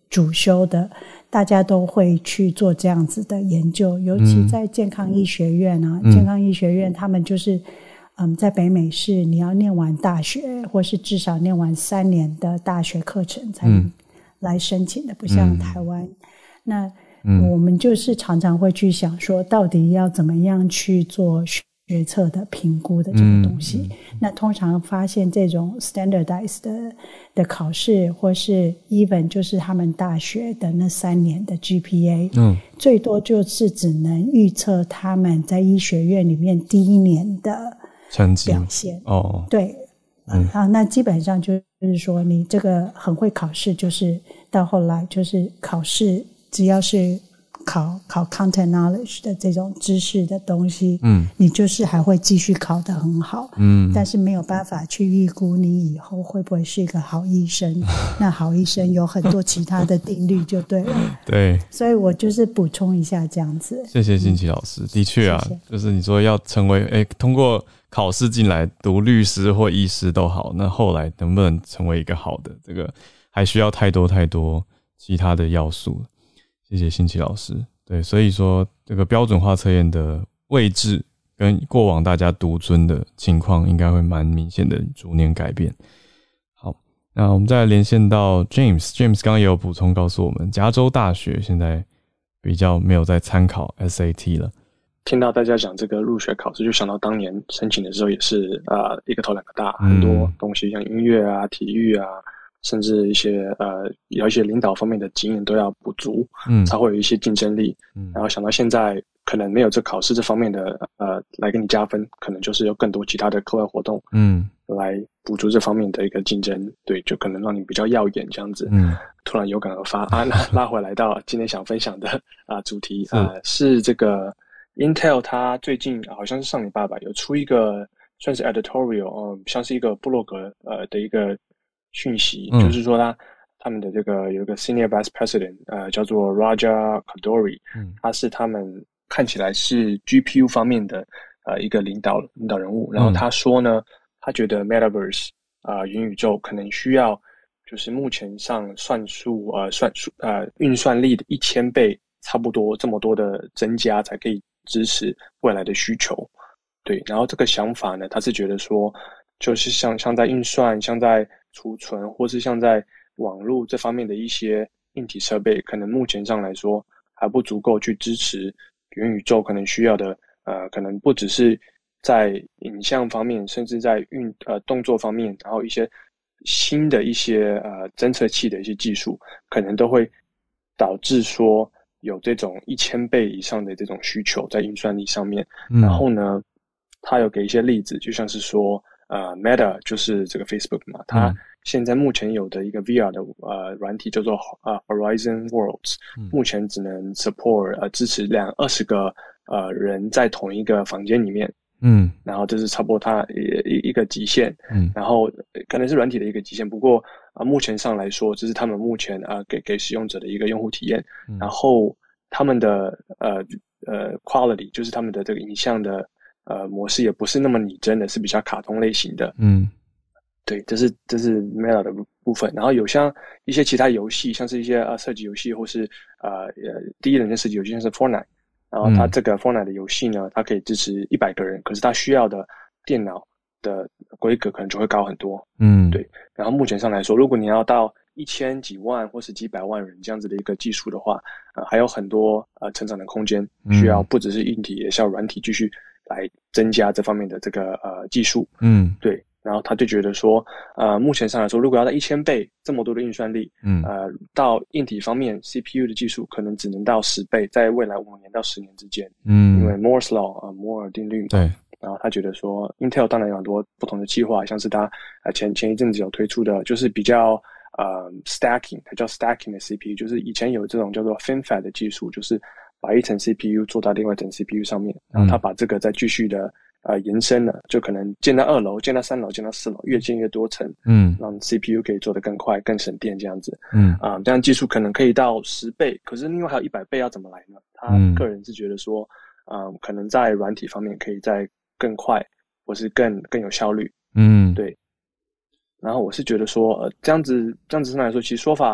[SPEAKER 4] 主修的，大家都会去做这样子的研究，尤其在健康医学院啊，嗯、健康医学院他们就是嗯，在北美市你要念完大学，或是至少念完三年的大学课程才能来申请的，嗯、不像台湾。嗯、那我们就是常常会去想说，到底要怎么样去做学测的评估的这个东西。嗯、那通常发现这种 standardized 的, 的考试，或是 even 就是他们大学的那三年的 G P A，嗯、最多就是只能预测他们在医学院里面第一年的成绩表现。哦，对，嗯、啊，那基本上就是说，你这个很会考试，就是到后来就是考试，只要是考考 content knowledge 的这种知识的东西，嗯，你就是还会继续考得很好，嗯，但是没有办法去预估你以后会不会是一个好医生。那好医生有很多其他的定律就对了。
[SPEAKER 1] 对，
[SPEAKER 4] 所以我就是补充一下这样子。
[SPEAKER 1] 谢谢欣琪老师，嗯、的确啊，谢谢，就是你说要成为诶，通过考试进来读律师或医师都好，那后来能不能成为一个好的，这个还需要太多太多其他的要素。谢谢欣琪老师。对，所以说这个标准化测验的位置跟过往大家独尊的情况应该会蛮明显的逐年改变。好，那我们再来连线到 James James 刚刚也有补充告诉我们，加州大学现在比较没有在参考 S A T 了。
[SPEAKER 5] 听到大家讲这个入学考试，就想到当年申请的时候也是呃一个头两个大，很多东西像音乐啊、体育啊，甚至一些呃有一些领导方面的经验都要补足，嗯，才会有一些竞争力。嗯，然后想到现在可能没有这考试这方面的呃来给你加分，可能就是有更多其他的课外活动，嗯，来补足这方面的一个竞争，对，就可能让你比较耀眼这样子。嗯，突然有感而发啊，拉回来到今天想分享的啊、呃、主题啊、呃、是这个 Intel 它最近好像是上礼拜吧有出一个算是 editorial， 嗯，像是一个部落格呃的一个讯息，嗯、就是说他他们的这个有一个 senior vice president， 呃，叫做 Raja Koduri，嗯，他是他们看起来是 G P U 方面的呃一个领导领导人物。然后他说呢，他觉得 Metaverse 啊、呃、元宇宙可能需要就是目前上算数呃算数呃运算力的一千倍，差不多这么多的增加才可以支持未来的需求。对，然后这个想法呢，他是觉得说，就是像像在运算、像在储存，或是像在网络这方面的一些硬体设备，可能目前上来说还不足够去支持元宇宙可能需要的，呃，可能不只是在影像方面，甚至在运呃动作方面，然后一些新的一些呃侦测器的一些技术，可能都会导致说有这种一千倍以上的这种需求在运算力上面。嗯、然后呢，他有给一些例子，就像是说，呃 ，Meta 就是这个 Facebook 嘛，它现在目前有的一个 V R 的呃软体叫做呃 Horizon Worlds，嗯、目前只能 support 呃支持两二十个呃人在同一个房间里面，嗯，然后这是差不多它一一个极限，嗯，然后可能是软体的一个极限，不过啊、呃、目前上来说，这是他们目前啊、呃、给给使用者的一个用户体验，嗯、然后他们的呃呃 quality 就是他们的这个影像的。呃，模式也不是那么拟真的，是比较卡通类型的。嗯，对，这是这是 Meta 的部分。然后有像一些其他游戏，像是一些呃射击游戏，或是呃呃第一人的射击游戏，像是 Fortnite。然后它这个 Fortnite 的游戏呢，它可以支持一百个人，可是它需要的电脑的规格可能就会高很多。嗯，对。然后目前上来说，如果你要到一千几万或是几百万人这样子的一个技术的话，呃，还有很多呃成长的空间，需要不只是硬体，也需要软体继续来增加这方面的这个呃技术。嗯，对。然后他就觉得说，呃，目前上来说，如果要到一千倍这么多的运算力，嗯，呃，到硬体方面 C P U 的技术可能只能到十倍，在未来五年到十年之间。嗯，因为 Moore's Law 啊、呃，摩尔定律。对。然后他觉得说 ，Intel 当然有很多不同的计划，像是他呃前前一阵子有推出的，就是比较呃 stacking， 它叫 stacking 的 C P U， 就是以前有这种叫做 FinFET 的技术，就是把一层 C P U 做到另外一层 C P U 上面，然后他把这个再继续的呃延伸了，就可能建到二楼、建到三楼、建到四楼，越建越多层，嗯，让 C P U 可以做得更快、更省电这样子，嗯啊、呃，这样技术可能可以到十倍，可是另外还有一百倍要怎么来呢？他个人是觉得说，嗯、呃，可能在软体方面可以再更快，或是更更有效率，嗯，对。然后我是觉得说，呃，这样子这样子上来说，其实说法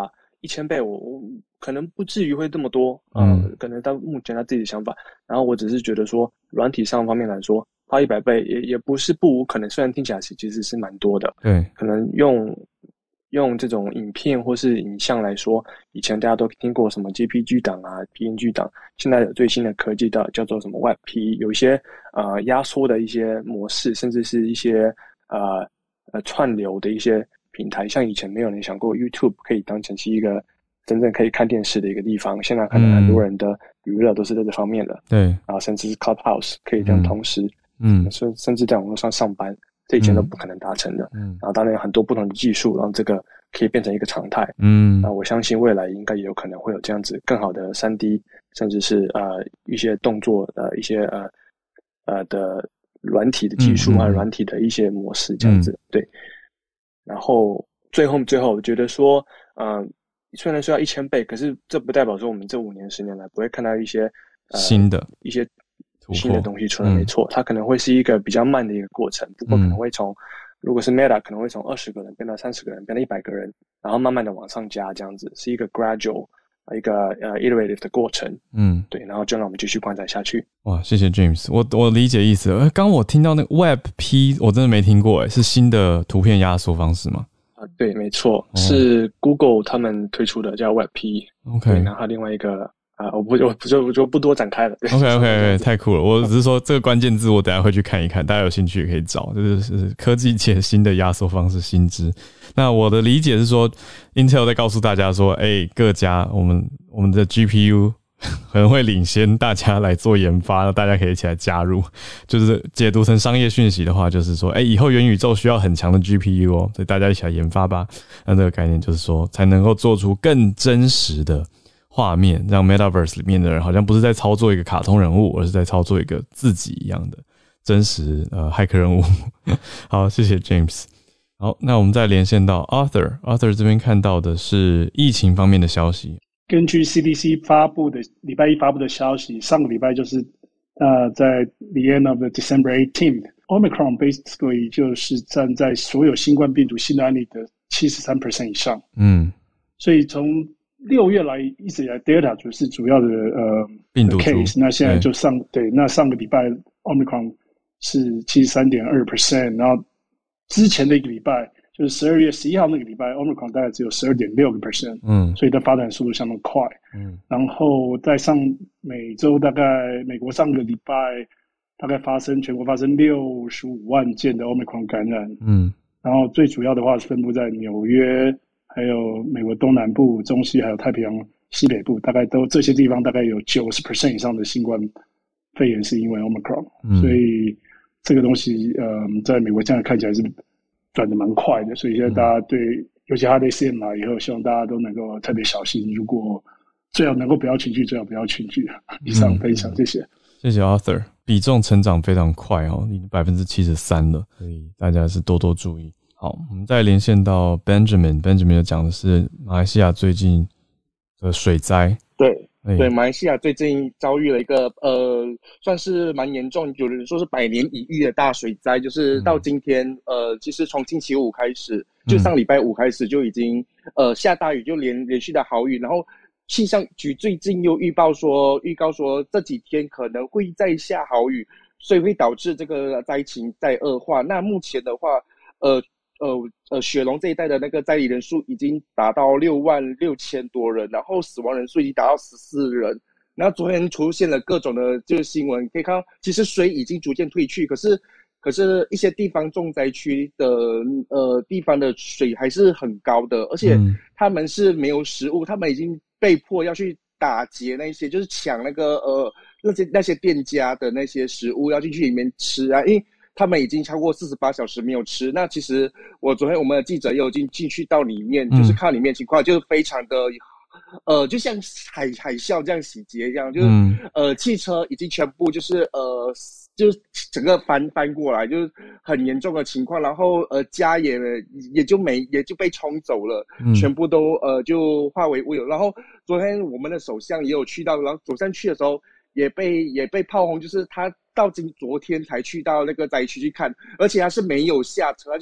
[SPEAKER 5] 一千倍我，我可能不至于会这么多，嗯、呃，可能到目前他自己的想法。然后我只是觉得说，软体上方面来说，花一百倍也也不是不无可能，虽然听起来其实是蛮多的。
[SPEAKER 1] 对，
[SPEAKER 5] 可能用用这种影片或是影像来说，以前大家都听过什么 J P G 档啊、P N G 档，现在有最新的科技的叫做什么 W E B P， 有一些呃压缩的一些模式，甚至是一些呃呃串流的一些平台，像以前没有人想过 YouTube 可以当成是一个真正可以看电视的一个地方，现在可能很多人的娱乐都是在这方面的，
[SPEAKER 1] 对，
[SPEAKER 5] 然后甚至是 Clubhouse 可以这样同时，
[SPEAKER 1] 嗯，
[SPEAKER 5] 甚甚至在网络上上班，这以前都不可能达成的，嗯，然后当然有很多不同的技术，让这个可以变成一个常态，嗯，那我相信未来应该也有可能会有这样子更好的 三 D， 甚至是呃一些动作呃一些呃呃的软体的技术啊，软体的一些模式这样子，嗯、对。然后最后最后，我觉得说，呃，虽然说要一千倍，可是这不代表说我们这五年十年来不会看到一些、呃、新的一些新的东西出来，没错，它可能会是一个比较慢的一个过程，不过可能会从、嗯、如果是 Meta 可能会从二十个人变到三十个人，变到一百个人，然后慢慢的往上加，这样子是一个 gradual 一个呃 iterative 的过程，嗯，对，然后就让我们继续观察下去。
[SPEAKER 1] 哇，谢谢 James， 我我理解意思了。刚我听到那个 W E B P， 我真的没听过，哎，是新的图片压缩方式吗？
[SPEAKER 5] 啊，对，没错，哦、是 Google 他们推出的，叫 W E B P。OK， 然后另外一个啊、呃，我不我不就我就不多展开了。
[SPEAKER 1] OK OK， 太酷了！我只是说这个关键字，我等一下会去看一看，大家有兴趣也可以找，就是科技界新的压缩方式新知。那我的理解是说 ，Intel 在告诉大家说，哎、欸，各家我们我们的 G P U 可能会领先大家来做研发，大家可以一起来加入。就是解读成商业讯息的话，就是说，哎、欸，以后元宇宙需要很强的 G P U 哦，所以大家一起来研发吧。那这个概念就是说，才能够做出更真实的画面，让 Metaverse 里面的人好像不是在操作一个卡通人物，而是在操作一个自己一样的真实呃骇客人物。好，谢谢 James。好，那我们再连线到 Arthur。Arthur 这边看到的是疫情方面的消息。
[SPEAKER 6] 根据 C D C 发布的礼拜一发布的消息，上个礼拜就是呃在 the end of the December eighteenth Omicron basically 就是站在所有新冠病毒新的案例的 百分之七十三 以上。嗯，所以从六月来一直以来 Delta 就是主要的呃
[SPEAKER 1] 病毒
[SPEAKER 6] case， 那现在就上 对, 对，那上个礼拜 Omicron 是 百分之七十三点二， 然后之前的一个礼拜就是十二月十一号那个礼拜 Omicron 大概只有 百分之十二点六， 嗯，所以它发展速度相当快，嗯，然后在上每周大概美国上个礼拜大概发生全国发生六十五万件的 Omicron 感染，嗯，然后最主要的话是分布在纽约还有美国东南部、中西还有太平洋西北部，大概都这些地方大概有 百分之九十 以上的新冠肺炎是因为 Omicron，嗯，所以这个东西呃在美国现在看起来是转得蛮快的，所以现在大家对、嗯、尤其他的 C M 来以后，希望大家都能够特别小心，如果最好能够不要群聚，最好不要群聚。以上分享，谢谢。
[SPEAKER 1] 谢谢 Arthur， 比重成长非常快哦，已经 百分之七十三 了，所以大家是多多注意。好，我们再连线到 Benjamin， Benjamin 讲的是马来西亚最近的水灾。
[SPEAKER 7] 对。对，马来西亚最近遭遇了一个呃，算是蛮严重，有人说是百年一遇的大水灾，就是到今天，嗯、呃，其实从星期五开始，就上礼拜五开始就已经呃下大雨，就连连续的豪雨，然后气象局最近又预报说，预告说这几天可能会再下豪雨，所以会导致这个灾情再恶化。那目前的话，呃。呃呃，雪隆这一带的那个灾黎人数已经达到六万六千多人，然后死亡人数已经达到十四人。然后昨天出现了各种的就是新闻，可以看到其实水已经逐渐退去，可是可是一些地方重灾区的呃地方的水还是很高的，而且他们是没有食物，他们已经被迫要去打劫那些，就是抢那个呃那些那些店家的那些食物要进去里面吃啊，因为他们已经超过四十八小时没有吃。那其实我昨天我们的记者也有进进去到里面，嗯、就是看里面情况，就是非常的，呃，就像海海啸这样洗劫一样，就是、嗯、呃汽车已经全部就是呃就是整个翻翻过来，就是很严重的情况。然后呃家也也就没也就被冲走了，嗯、全部都呃就化为乌有。然后昨天我们的首相也有去到，然后首相去的时候也被也被炮轰，就是他到今昨天才去到那个灾区去看，而且他是没有下车，他就是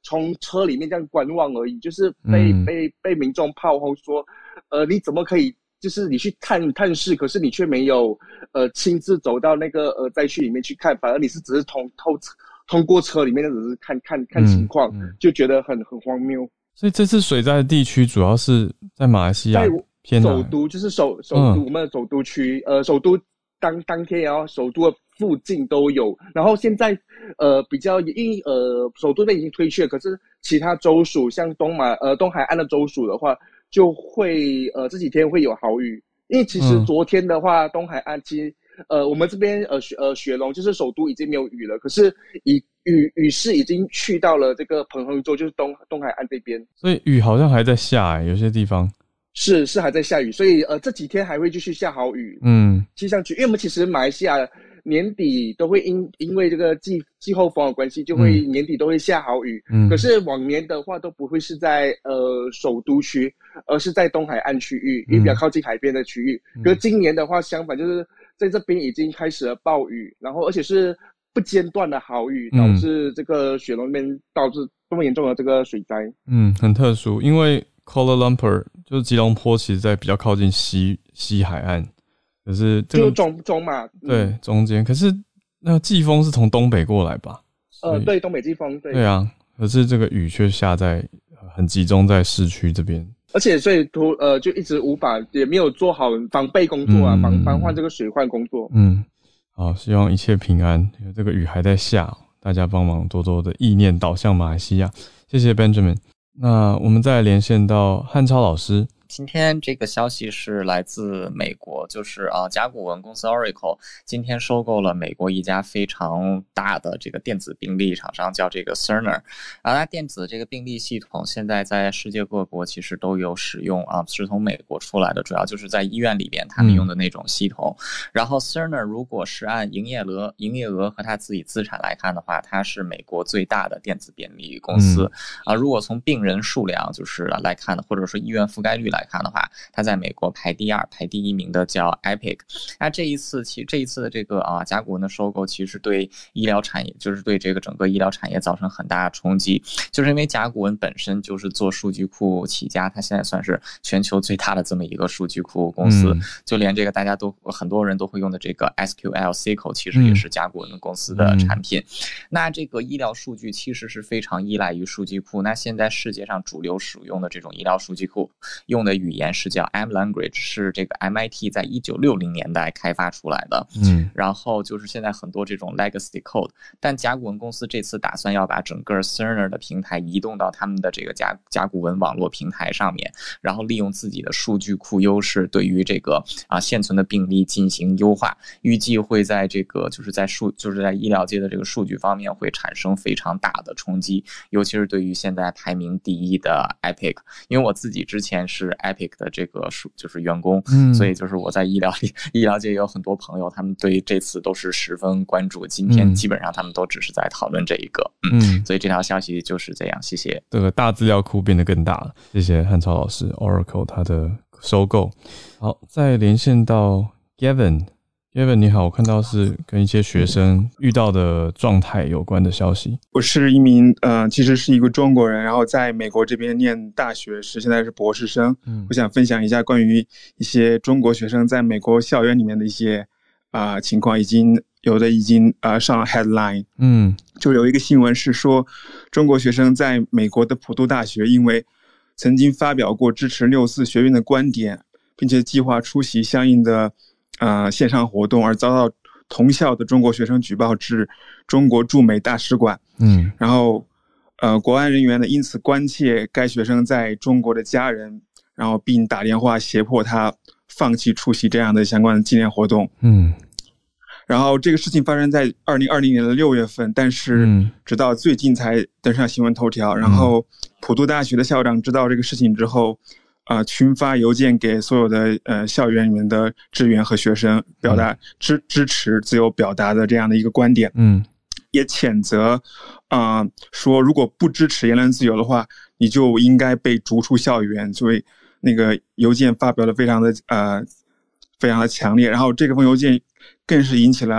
[SPEAKER 7] 从车里面这样观望而已，就是被、嗯、被被民众炮轰说，呃，你怎么可以？就是你去探探视，可是你却没有呃亲自走到那个呃灾区里面去看，反而你是只是通透通过车里面，只是看看看情况，嗯嗯、就觉得很很荒谬。
[SPEAKER 1] 所以这次水灾的地区主要是在马来西亚偏南，
[SPEAKER 7] 首都就是首首都、嗯、我们的首都区，呃，首都当当天然后首都的附近都有，然后现在呃比较因为呃首都那已经退却，可是其他州属像东马呃东海岸的州属的话。就会呃这几天会有豪雨，因为其实昨天的话，嗯、东海岸其实呃我们这边呃雪呃雪隆就是首都已经没有雨了，可是以雨雨势已经去到了这个彭亨州，就是东东海岸这边，
[SPEAKER 1] 所以雨好像还在下哎、欸，有些地方
[SPEAKER 7] 是是还在下雨，所以呃这几天还会继续下豪雨。
[SPEAKER 1] 嗯，
[SPEAKER 7] 气象局因为我们其实马来西亚年底都会因因为这个季季候风的关系，就会年底都会下豪雨。嗯，可是往年的话都不会是在呃首都区，而是在东海岸区域，也比较靠近海边的区域。嗯、可是今年的话，相反就是在这边已经开始了暴雨，然后而且是不间断的豪雨，导致这个雪隆那边导致这么严重的这个水灾。
[SPEAKER 1] 嗯，很特殊，因为 Kuala Lumpur 就是吉隆坡，其实在比较靠近西西海岸。可是这个
[SPEAKER 7] 就中中嘛，
[SPEAKER 1] 嗯、对中间，可是那个季风是从东北过来吧？
[SPEAKER 7] 呃，对，东北季风，对，
[SPEAKER 1] 对啊。可是这个雨却下在很集中在市区这边，
[SPEAKER 7] 而且所以突呃就一直无法也没有做好防备工作啊，嗯、防防患这个水患工作。
[SPEAKER 1] 嗯，好，希望一切平安。因为这个雨还在下，大家帮忙多多的意念导向马来西亚。谢谢 Benjamin。那我们再来连线到汉超老师。
[SPEAKER 8] 今天这个消息是来自美国，就是啊，甲骨文公司 Oracle 今天收购了美国一家非常大的这个电子病历厂商，叫这个 Cerner。啊，那电子这个病历系统现在在世界各国其实都有使用啊，是从美国出来的，主要就是在医院里边他们用的那种系统。嗯、然后 Cerner 如果是按营业额、营业额和他自己资产来看的话，它是美国最大的电子病历公司。嗯、啊，如果从病人数量就是来看的，或者说医院覆盖率来看的话，它在美国排第二，排第一名的叫 Epic。那这一次其这一次的这个啊甲骨文的收购，其实对医疗产业，就是对这个整个医疗产业造成很大的冲击，就是因为甲骨文本身就是做数据库起家，它现在算是全球最大的这么一个数据库公司，嗯、就连这个大家都很多人都会用的这个 S Q L S Q L 其实也是甲骨文公司的产品。嗯、那这个医疗数据其实是非常依赖于数据库，那现在世界上主流使用的这种医疗数据库用的语言是叫 M language， 是这个 M I T 在一九六零年代开发出来的。嗯，然后就是现在很多这种 legacy code， 但甲骨文公司这次打算要把整个 Cerner 的平台移动到他们的这个甲甲骨文网络平台上面，然后利用自己的数据库优势，对于这个啊现存的病例进行优化，预计会在这个就是在数就是在医疗界的这个数据方面会产生非常大的冲击，尤其是对于现在排名第一的 Epic， 因为我自己之前是 Epic 的这个就是员工，嗯、所以就是我在医疗里医疗界有很多朋友，他们对这次都是十分关注。今天基本上他们都只是在讨论这一个，嗯，嗯所以这条消息就是这样。谢谢。
[SPEAKER 1] 这个大资料库变得更大了，谢谢汉超老师。Oracle 它的收购。好，再连线到 Gavin。Gavin 你好，我看到是跟一些学生遇到的状态有关的消息。
[SPEAKER 9] 我是一名呃，其实是一个中国人，然后在美国这边念大学，是现在是博士生。嗯，我想分享一下关于一些中国学生在美国校园里面的一些啊、呃、情况，已经有的已经啊、呃、上了 headline。嗯，就有一个新闻是说，中国学生在美国的普渡大学，因为曾经发表过支持六四学运的观点，并且计划出席相应的呃，线上活动而遭到同校的中国学生举报至中国驻美大使馆。嗯，然后呃，国安人员呢因此关切该学生在中国的家人，然后并打电话胁迫他放弃出席这样的相关的纪念活动。嗯，然后这个事情发生在二零二零年的六月份，但是直到最近才登上新闻头条。嗯、然后普渡大学的校长知道这个事情之后，啊、呃，群发邮件给所有的呃校园里面的职员和学生，表达支支持自由表达的这样的一个观点。嗯，也谴责，啊、呃，说如果不支持言论自由的话，你就应该被逐出校园。所以那个邮件发表的非常的呃非常的强烈，然后这个封邮件更是引起了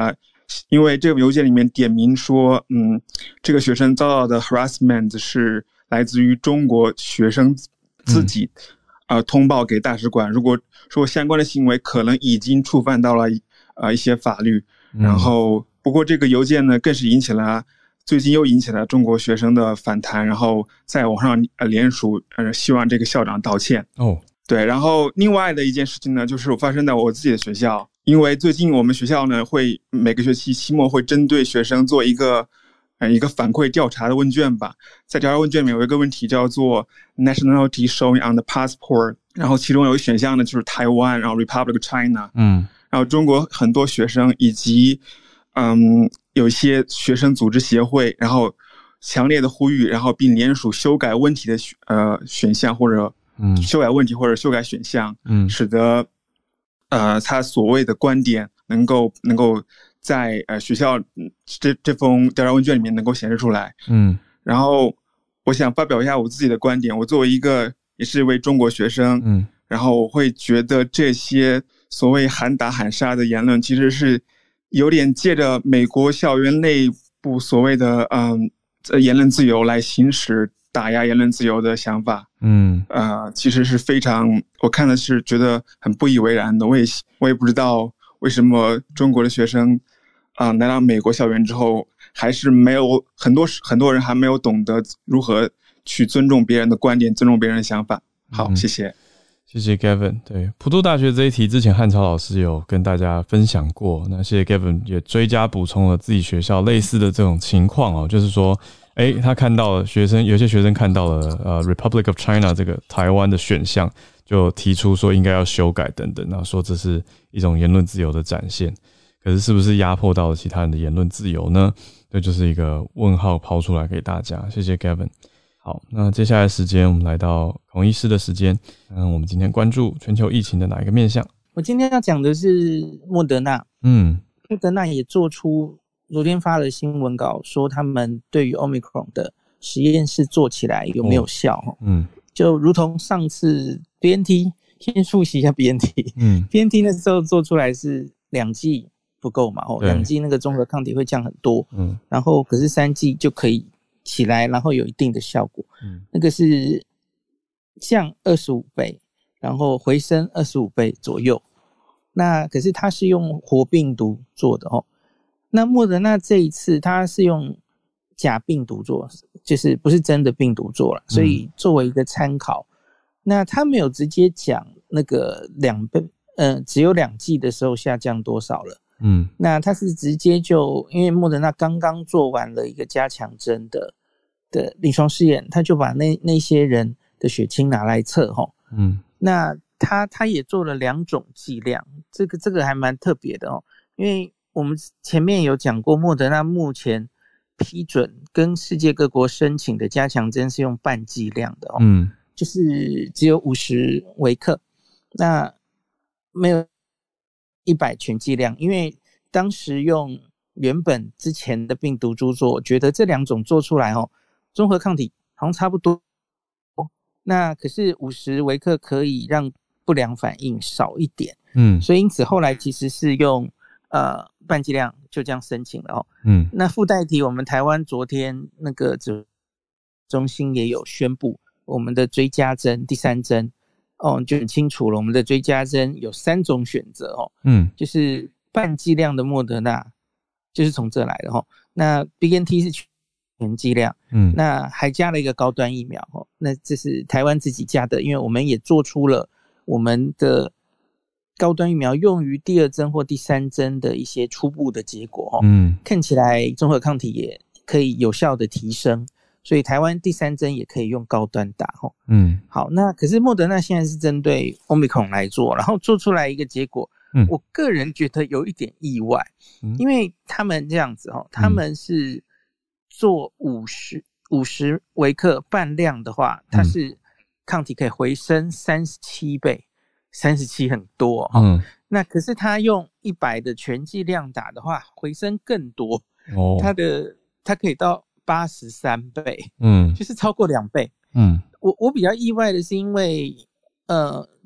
[SPEAKER 9] 因为这个邮件里面点名说，嗯，这个学生遭到的 harassment 是来自于中国学生自己、嗯、呃通报给大使馆，如果说相关的行为可能已经触犯到了呃一些法律，然后不过这个邮件呢更是引起了最近又引起了中国学生的反弹，然后在网上呃联署呃希望这个校长道歉。
[SPEAKER 1] 哦，
[SPEAKER 9] 对，然后另外的一件事情呢，就是发生在我自己的学校，因为最近我们学校呢会每个学期期末会针对学生做一个呃一个反馈调查的问卷吧，在调查问卷里面有一个问题叫做 nationality showing on the passport， 然后其中有一个选项呢就是台湾，然后 Republic of China， 嗯，然后中国很多学生以及嗯有一些学生组织协会，然后强烈的呼吁，然后并联署修改问题的呃选项或者嗯修改问题或者修改选项，嗯，使得呃他所谓的观点能够能够在呃学校这这封调查问卷里面能够显示出来，嗯，然后我想发表一下我自己的观点，我作为一个也是一位中国学生，嗯，然后我会觉得这些所谓喊打喊杀的言论其实是有点借着美国校园内部所谓的嗯言论自由来行使打压言论自由的想法，嗯，呃，其实是非常，我看的是觉得很不以为然的。我也我也不知道为什么中国的学生啊、呃、来到美国校园之后，还是没有很多很多人还没有懂得如何去尊重别人的观点，尊重别人的想法。好，嗯、谢谢。
[SPEAKER 1] 谢谢 Gavin。 对，普渡大学这一题之前汉超老师有跟大家分享过，那谢谢 Gavin 也追加补充了自己学校类似的这种情况哦，就是说诶他看到了学生有些学生看到了呃 Republic of China 这个台湾的选项，就提出说应该要修改等等，然后说这是一种言论自由的展现，可是是不是压迫到了其他人的言论自由呢？这就是一个问号抛出来给大家。谢谢 Gavin。好，那接下来时间我们来到孔医师的时间。嗯，我们今天关注全球疫情的哪一个面向？
[SPEAKER 10] 我今天要讲的是莫德纳。嗯，莫德纳也做出昨天发了新闻稿，说他们对于 Omicron 的实验室做起来有没有效？哦、嗯，就如同上次 B N T， 先复习一下 B N T。嗯 ，B N T 那时候做出来是两剂不够嘛，哦，两剂那个综合抗体会降很多。嗯，然后可是三剂就可以起来，然后有一定的效果。嗯，那个是降二十五倍，然后回升二十五倍左右。那可是它是用活病毒做的哦。那莫德纳这一次它是用假病毒做，就是不是真的病毒做了，所以作为一个参考。嗯、那他没有直接讲那个两倍，呃，只有两剂的时候下降多少了。嗯，那他是直接就因为莫德纳刚刚做完了一个加强针的的临床试验，他就把那那些人的血清拿来测齁。嗯，那他他也做了两种剂量，这个这个还蛮特别的哦，因为我们前面有讲过，莫德纳目前批准跟世界各国申请的加强针是用半剂量的哦，嗯，就是只有五十微克，那没有一百全剂量，因为当时用原本之前的病毒株做，我觉得这两种做出来哦，综合抗体好像差不多，那可是五十微克可以让不良反应少一点，嗯，所以因此后来其实是用呃半剂量就这样申请了哦，嗯，那附带题我们台湾昨天那个指挥中心也有宣布我们的追加针第三针。哦，就很清楚了。我们的追加针有三种选择哦，嗯，就是半剂量的莫德纳，就是从这来的哦。那 B N T 是全剂量，嗯，那还加了一个高端疫苗哦。那这是台湾自己加的，因为我们也做出了我们的高端疫苗用于第二针或第三针的一些初步的结果哦，嗯，看起来综合抗体也可以有效的提升。所以台湾第三针也可以用高端打齁，嗯，好，那可是莫德纳现在是针对 Omicron 来做，然后做出来一个结果，嗯，我个人觉得有一点意外，嗯，因为他们这样子齁，他们是做五十五十微克半量的话，它是抗体可以回升三十七倍，三十七很多齁，嗯，那可是他用一百的全剂量打的话，回升更多，哦，它的它可以到八十三倍，嗯，就是超过两倍，嗯，我我比较意外的是因为，呃，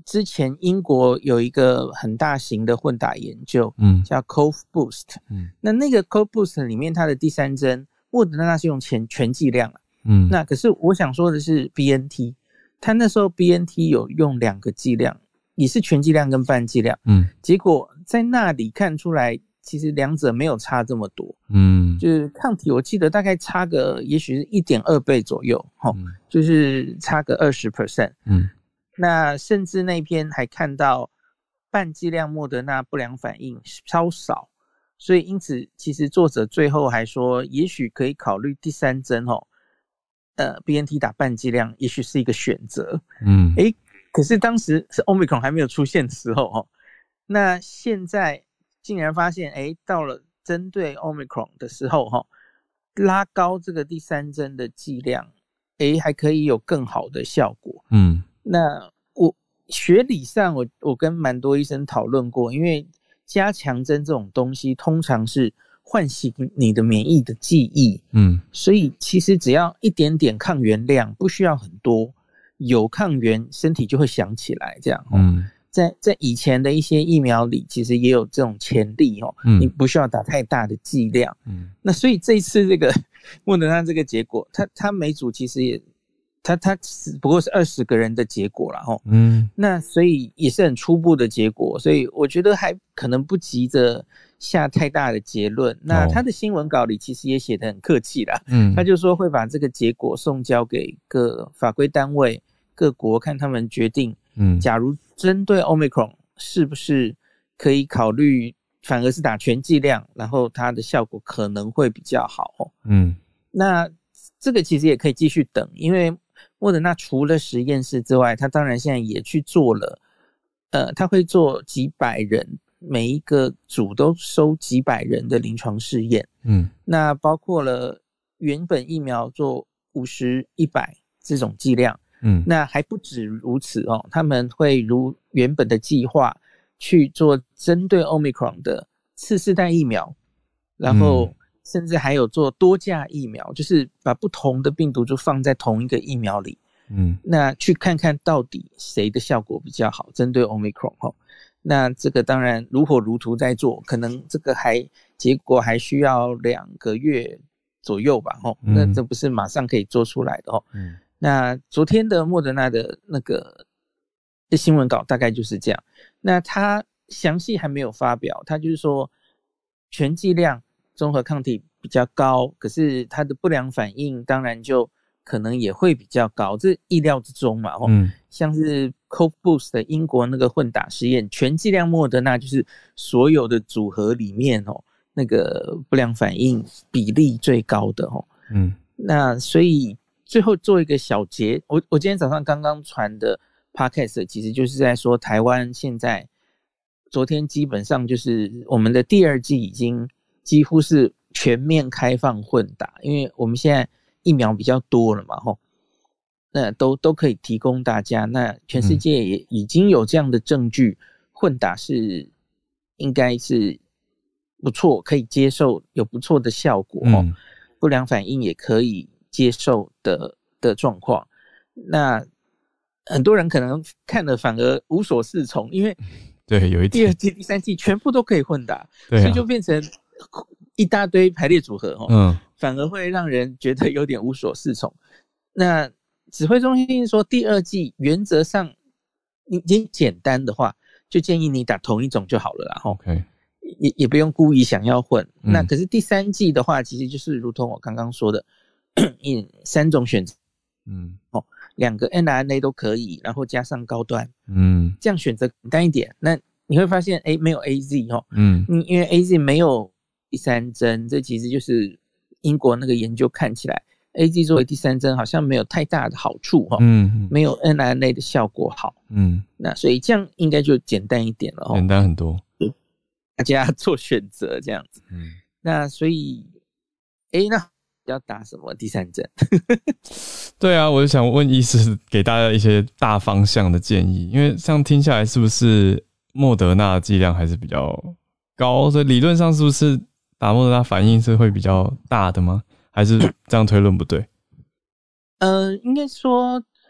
[SPEAKER 10] 之前英国有一个很大型的混打研究，
[SPEAKER 1] 嗯，
[SPEAKER 10] 叫 Cove Boost，
[SPEAKER 1] 嗯，
[SPEAKER 10] 那那个 Cove Boost 里面它的第三针莫德纳是用全全剂量，
[SPEAKER 1] 嗯，
[SPEAKER 10] 那可是我想说的是 B N T， 它那时候 B N T 有用两个剂量，也是全剂量跟半剂量，
[SPEAKER 1] 嗯，
[SPEAKER 10] 结果在那里看出来其实两者没有差这么多，
[SPEAKER 1] 嗯，
[SPEAKER 10] 就是抗体我记得大概差个也许是 一点二 倍左右，嗯，就是差个 百分之二十，
[SPEAKER 1] 嗯，
[SPEAKER 10] 那甚至那篇还看到半剂量莫德纳不良反应稍少，所以因此其实作者最后还说也许可以考虑第三针哦，呃 B N T 打半剂量也许是一个选择，
[SPEAKER 1] 嗯，
[SPEAKER 10] 诶可是当时是 Omicron 还没有出现的时候哦，那现在竟然发现诶到了针对 Omicron 的时候哦，拉高这个第三针的剂量，诶还可以有更好的效果，
[SPEAKER 1] 嗯，
[SPEAKER 10] 那我学理上我我跟蛮多医生讨论过，因为加强针这种东西通常是唤醒你的免疫的记忆，
[SPEAKER 1] 嗯，
[SPEAKER 10] 所以其实只要一点点抗原量，不需要很多，有抗原身体就会想起来这样，
[SPEAKER 1] 嗯，
[SPEAKER 10] 在在以前的一些疫苗里其实也有这种潜力哦，
[SPEAKER 1] 嗯，
[SPEAKER 10] 你不需要打太大的剂量，
[SPEAKER 1] 嗯，
[SPEAKER 10] 那所以这一次这个莫德纳这个结果，它它每组其实也它它不过是二十个人的结果啦齁，
[SPEAKER 1] 嗯，
[SPEAKER 10] 那所以也是很初步的结果，所以我觉得还可能不急着下太大的结论。那他的新闻稿里其实也写得很客气啦，
[SPEAKER 1] 嗯，
[SPEAKER 10] 他就说会把这个结果送交给各法规单位、各国，看他们决定，
[SPEAKER 1] 嗯，
[SPEAKER 10] 假如针对 Omicron 是不是可以考虑反而是打全剂量，然后它的效果可能会比较好齁。
[SPEAKER 1] 嗯，
[SPEAKER 10] 那这个其实也可以继续等，因为莫德纳除了实验室之外，他当然现在也去做了，呃，他会做几百人，每一个组都收几百人的临床试验，
[SPEAKER 1] 嗯，
[SPEAKER 10] 那包括了原本疫苗做五十、一百这种剂量，
[SPEAKER 1] 嗯，
[SPEAKER 10] 那还不止如此哦，他们会如原本的计划去做针对 Omicron 的次世代疫苗，然后、嗯甚至还有做多价疫苗，就是把不同的病毒就放在同一个疫苗里，
[SPEAKER 1] 嗯，
[SPEAKER 10] 那去看看到底谁的效果比较好，针对 Omicron 齁。那这个当然如火如荼在做，可能这个还结果还需要两个月左右吧齁，
[SPEAKER 1] 嗯，
[SPEAKER 10] 那这不是马上可以做出来的齁。
[SPEAKER 1] 嗯，
[SPEAKER 10] 那昨天的莫德纳的那个的新闻稿大概就是这样，那他详细还没有发表，他就是说全剂量综合抗体比较高，可是它的不良反应当然就可能也会比较高，这意料之中嘛。
[SPEAKER 1] 嗯，
[SPEAKER 10] 像是 Cove Boost 的英国那个混打实验，全剂量莫德纳就是所有的组合里面哦，那个不良反应比例最高的哦。
[SPEAKER 1] 嗯，
[SPEAKER 10] 那所以最后做一个小结，我我今天早上刚刚传的 Podcast 其实就是在说台湾现在昨天基本上就是我们的第二季已经几乎是全面开放混打，因为我们现在疫苗比较多了嘛，吼，那都都可以提供大家。那全世界也已经有这样的证据，混打是应该是不错，可以接受，有不错的效果哦，
[SPEAKER 1] 嗯，
[SPEAKER 10] 不良反应也可以接受的的状况。那很多人可能看了反而无所适从，因为
[SPEAKER 1] 对有一
[SPEAKER 10] 第二季、第三季全部都可以混打，
[SPEAKER 1] 对啊，
[SPEAKER 10] 所以就变成一大堆排列组合哦，
[SPEAKER 1] 嗯，
[SPEAKER 10] 反而会让人觉得有点无所适从。那指挥中心说，第二季原则上已经简单的话，就建议你打同一种就好了啦。
[SPEAKER 1] OK，
[SPEAKER 10] 也也不用故意想要混。
[SPEAKER 1] 嗯，
[SPEAKER 10] 那可是第三季的话，其实就是如同我刚刚说的，三种选择，
[SPEAKER 1] 嗯，
[SPEAKER 10] 哦，两个 N R N A 都可以，然后加上高端，
[SPEAKER 1] 嗯，这
[SPEAKER 10] 样选择简单一点。那你会发现，哎，没有 A Z 哦，
[SPEAKER 1] 嗯，
[SPEAKER 10] 因为 A Z 没有第三针，这其实就是英国那个研究看起来 A Z 作为第三针好像没有太大的好处哈，
[SPEAKER 1] 嗯，
[SPEAKER 10] 没有 N R N A 的效果好，
[SPEAKER 1] 嗯，
[SPEAKER 10] 那所以这样应该就简单一点了哦，
[SPEAKER 1] 简单很多，
[SPEAKER 10] 大家做选择这样子，
[SPEAKER 1] 嗯，
[SPEAKER 10] 那所以，哎，那要打什么第三针？
[SPEAKER 1] 对啊，我就想问医师给大家一些大方向的建议，因为这样听下来是不是莫德纳的剂量还是比较高，所以理论上是不是打莫德纳反应是会比较大的吗？还是这样推论不对？
[SPEAKER 10] 呃，应该说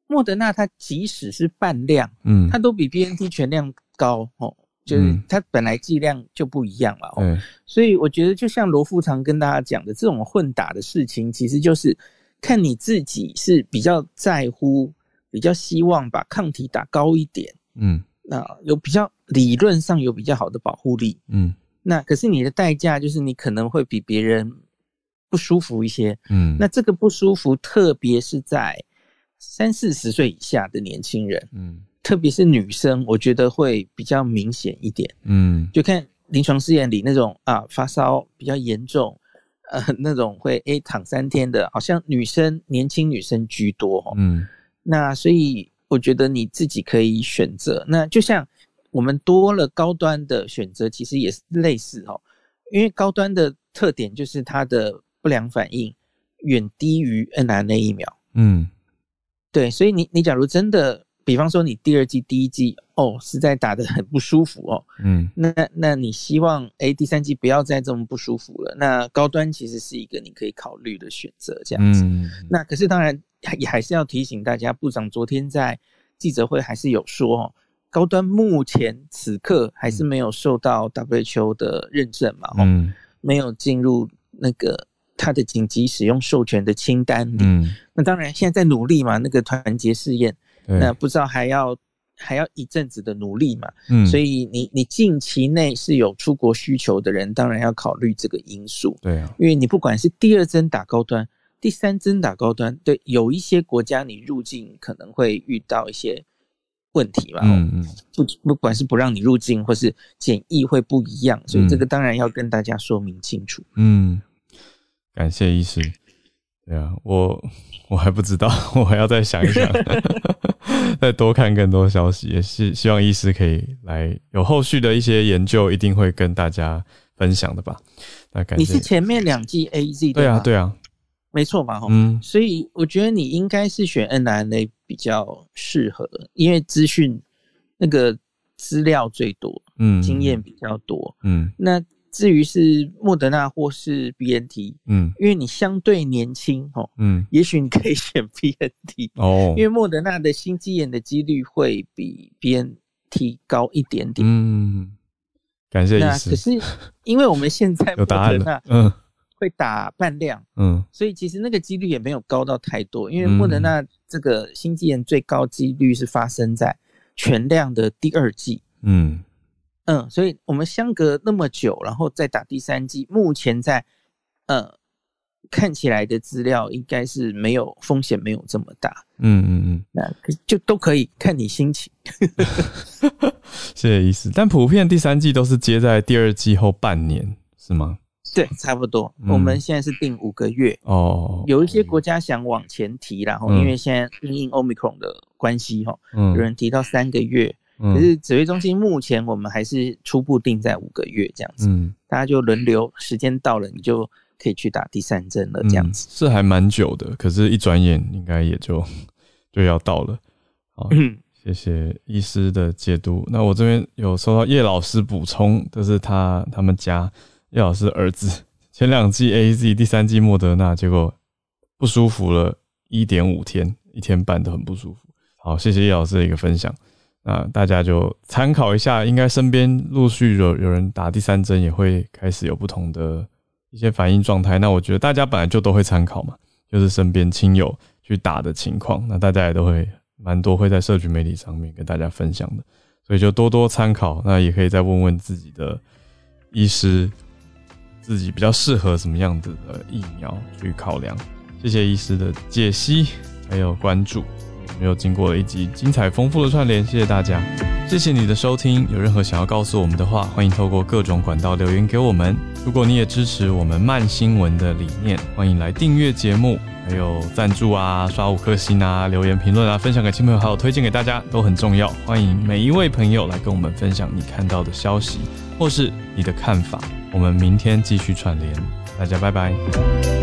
[SPEAKER 10] 莫德纳它即使是半量，
[SPEAKER 1] 嗯，
[SPEAKER 10] 它都比 B N T 全量高哦，就是它本来剂量就不一样嘛，哦，
[SPEAKER 1] 嗯，
[SPEAKER 10] 所以我觉得就像罗副常跟大家讲的，这种混打的事情，其实就是看你自己是比较在乎，比较希望把抗体打高一点，
[SPEAKER 1] 嗯，
[SPEAKER 10] 那有比较理论上有比较好的保护力，
[SPEAKER 1] 嗯，
[SPEAKER 10] 那可是你的代价就是你可能会比别人不舒服一些，
[SPEAKER 1] 嗯，
[SPEAKER 10] 那这个不舒服特别是在三四十岁以下的年轻人，
[SPEAKER 1] 嗯，
[SPEAKER 10] 特别是女生，我觉得会比较明显一点，
[SPEAKER 1] 嗯，
[SPEAKER 10] 就看临床试验里那种啊发烧比较严重，呃那种会诶躺三天的，好像女生年轻女生居多，哦，
[SPEAKER 1] 嗯，
[SPEAKER 10] 那所以我觉得你自己可以选择，那就像我们多了高端的选择，其实也是类似哦，因为高端的特点就是它的不良反应远低于 N R N A 疫苗，
[SPEAKER 1] 嗯，
[SPEAKER 10] 对，所以你你假如真的，比方说你第二剂、第一剂哦，实在打得很不舒服哦，
[SPEAKER 1] 嗯，
[SPEAKER 10] 那那你希望诶第三剂不要再这么不舒服了，那高端其实是一个你可以考虑的选择，这样子。嗯，那可是当然也还是要提醒大家，部长昨天在记者会还是有说哦，高端目前此刻还是没有受到 W H O 的认证嘛，哦，嗯，没有进入那个它的紧急使用授权的清单里，嗯，那当然现在在努力嘛，那个团结试验，那不知道还要还要一阵子的努力嘛，嗯，所以你你近期内是有出国需求的人，当然要考虑这个因素，
[SPEAKER 1] 对啊，
[SPEAKER 10] 因为你不管是第二针打高端，第三针打高端，对，有一些国家你入境可能会遇到一些问题嘛，嗯嗯，不不管是不让你入境或是检疫会不一样，所以这个当然要跟大家说明清楚，
[SPEAKER 1] 嗯。感谢医师，对啊，我我还不知道，我还要再想一想，再多看更多消息，也是希望医师可以来有后续的一些研究，一定会跟大家分享的吧。那感谢。你
[SPEAKER 10] 是前面两剂 A Z
[SPEAKER 1] 对啊，对啊，
[SPEAKER 10] 没错嘛，嗯，所以我觉得你应该是选 N R N A 比较适合，因为资讯那个资料最多，嗯，经验比较多，嗯，那。至于是莫德纳或是 B N T， 嗯，因为你相对年轻，哦，嗯，也许你可以选 B N T， 哦，因为莫德纳的心肌炎的几率会比 B N T 高一点点，
[SPEAKER 1] 嗯，感谢医师。
[SPEAKER 10] 那可是因为我们现在莫德纳，嗯，会打半量，嗯，所以其实那个几率也没有高到太多，因为莫德纳这个心肌炎最高几率是发生在全量的第二剂，嗯。嗯，所以我们相隔那么久，然后再打第三剂，目前在呃看起来的资料应该是没有风险，没有这么大。嗯嗯嗯，那就都可以看你心情。
[SPEAKER 1] 谢谢医师。但普遍第三剂都是接在第二剂后半年，是吗？
[SPEAKER 10] 对，差不多。嗯，我们现在是定五个月哦。有一些国家想往前提啦，嗯，因为现在因应 Omicron 的关系哈，嗯，有人提到三个月。可是指挥中心目前我们还是初步定在五个月这样子，嗯，大家就轮流，时间到了你就可以去打第三针了，这样子，
[SPEAKER 1] 嗯，是还蛮久的，可是一转眼应该也就就要到了。好，嗯，谢谢医师的解读。那我这边有收到叶老师补充，这是他他们家叶老师儿子前两剂 A Z， 第三剂莫德纳，结果不舒服了 一点五 天，一天半都很不舒服。好，谢谢叶老师的一个分享。那大家就参考一下，应该身边陆续有有人打第三针，也会开始有不同的一些反应状态。那我觉得大家本来就都会参考嘛，就是身边亲友去打的情况，那大家也都会蛮多会在社群媒体上面跟大家分享的，所以就多多参考。那也可以再问问自己的医师，自己比较适合什么样子的疫苗去考量。谢谢医师的解析还有关注。没有经过了一集精彩丰富的串联，谢谢大家，谢谢你的收听。有任何想要告诉我们的话，欢迎透过各种管道留言给我们。如果你也支持我们慢新闻的理念，欢迎来订阅节目，还有赞助啊、刷五颗星啊、留言评论啊、分享给亲朋友好友、推荐给大家都很重要。欢迎每一位朋友来跟我们分享你看到的消息或是你的看法。我们明天继续串联，大家拜拜。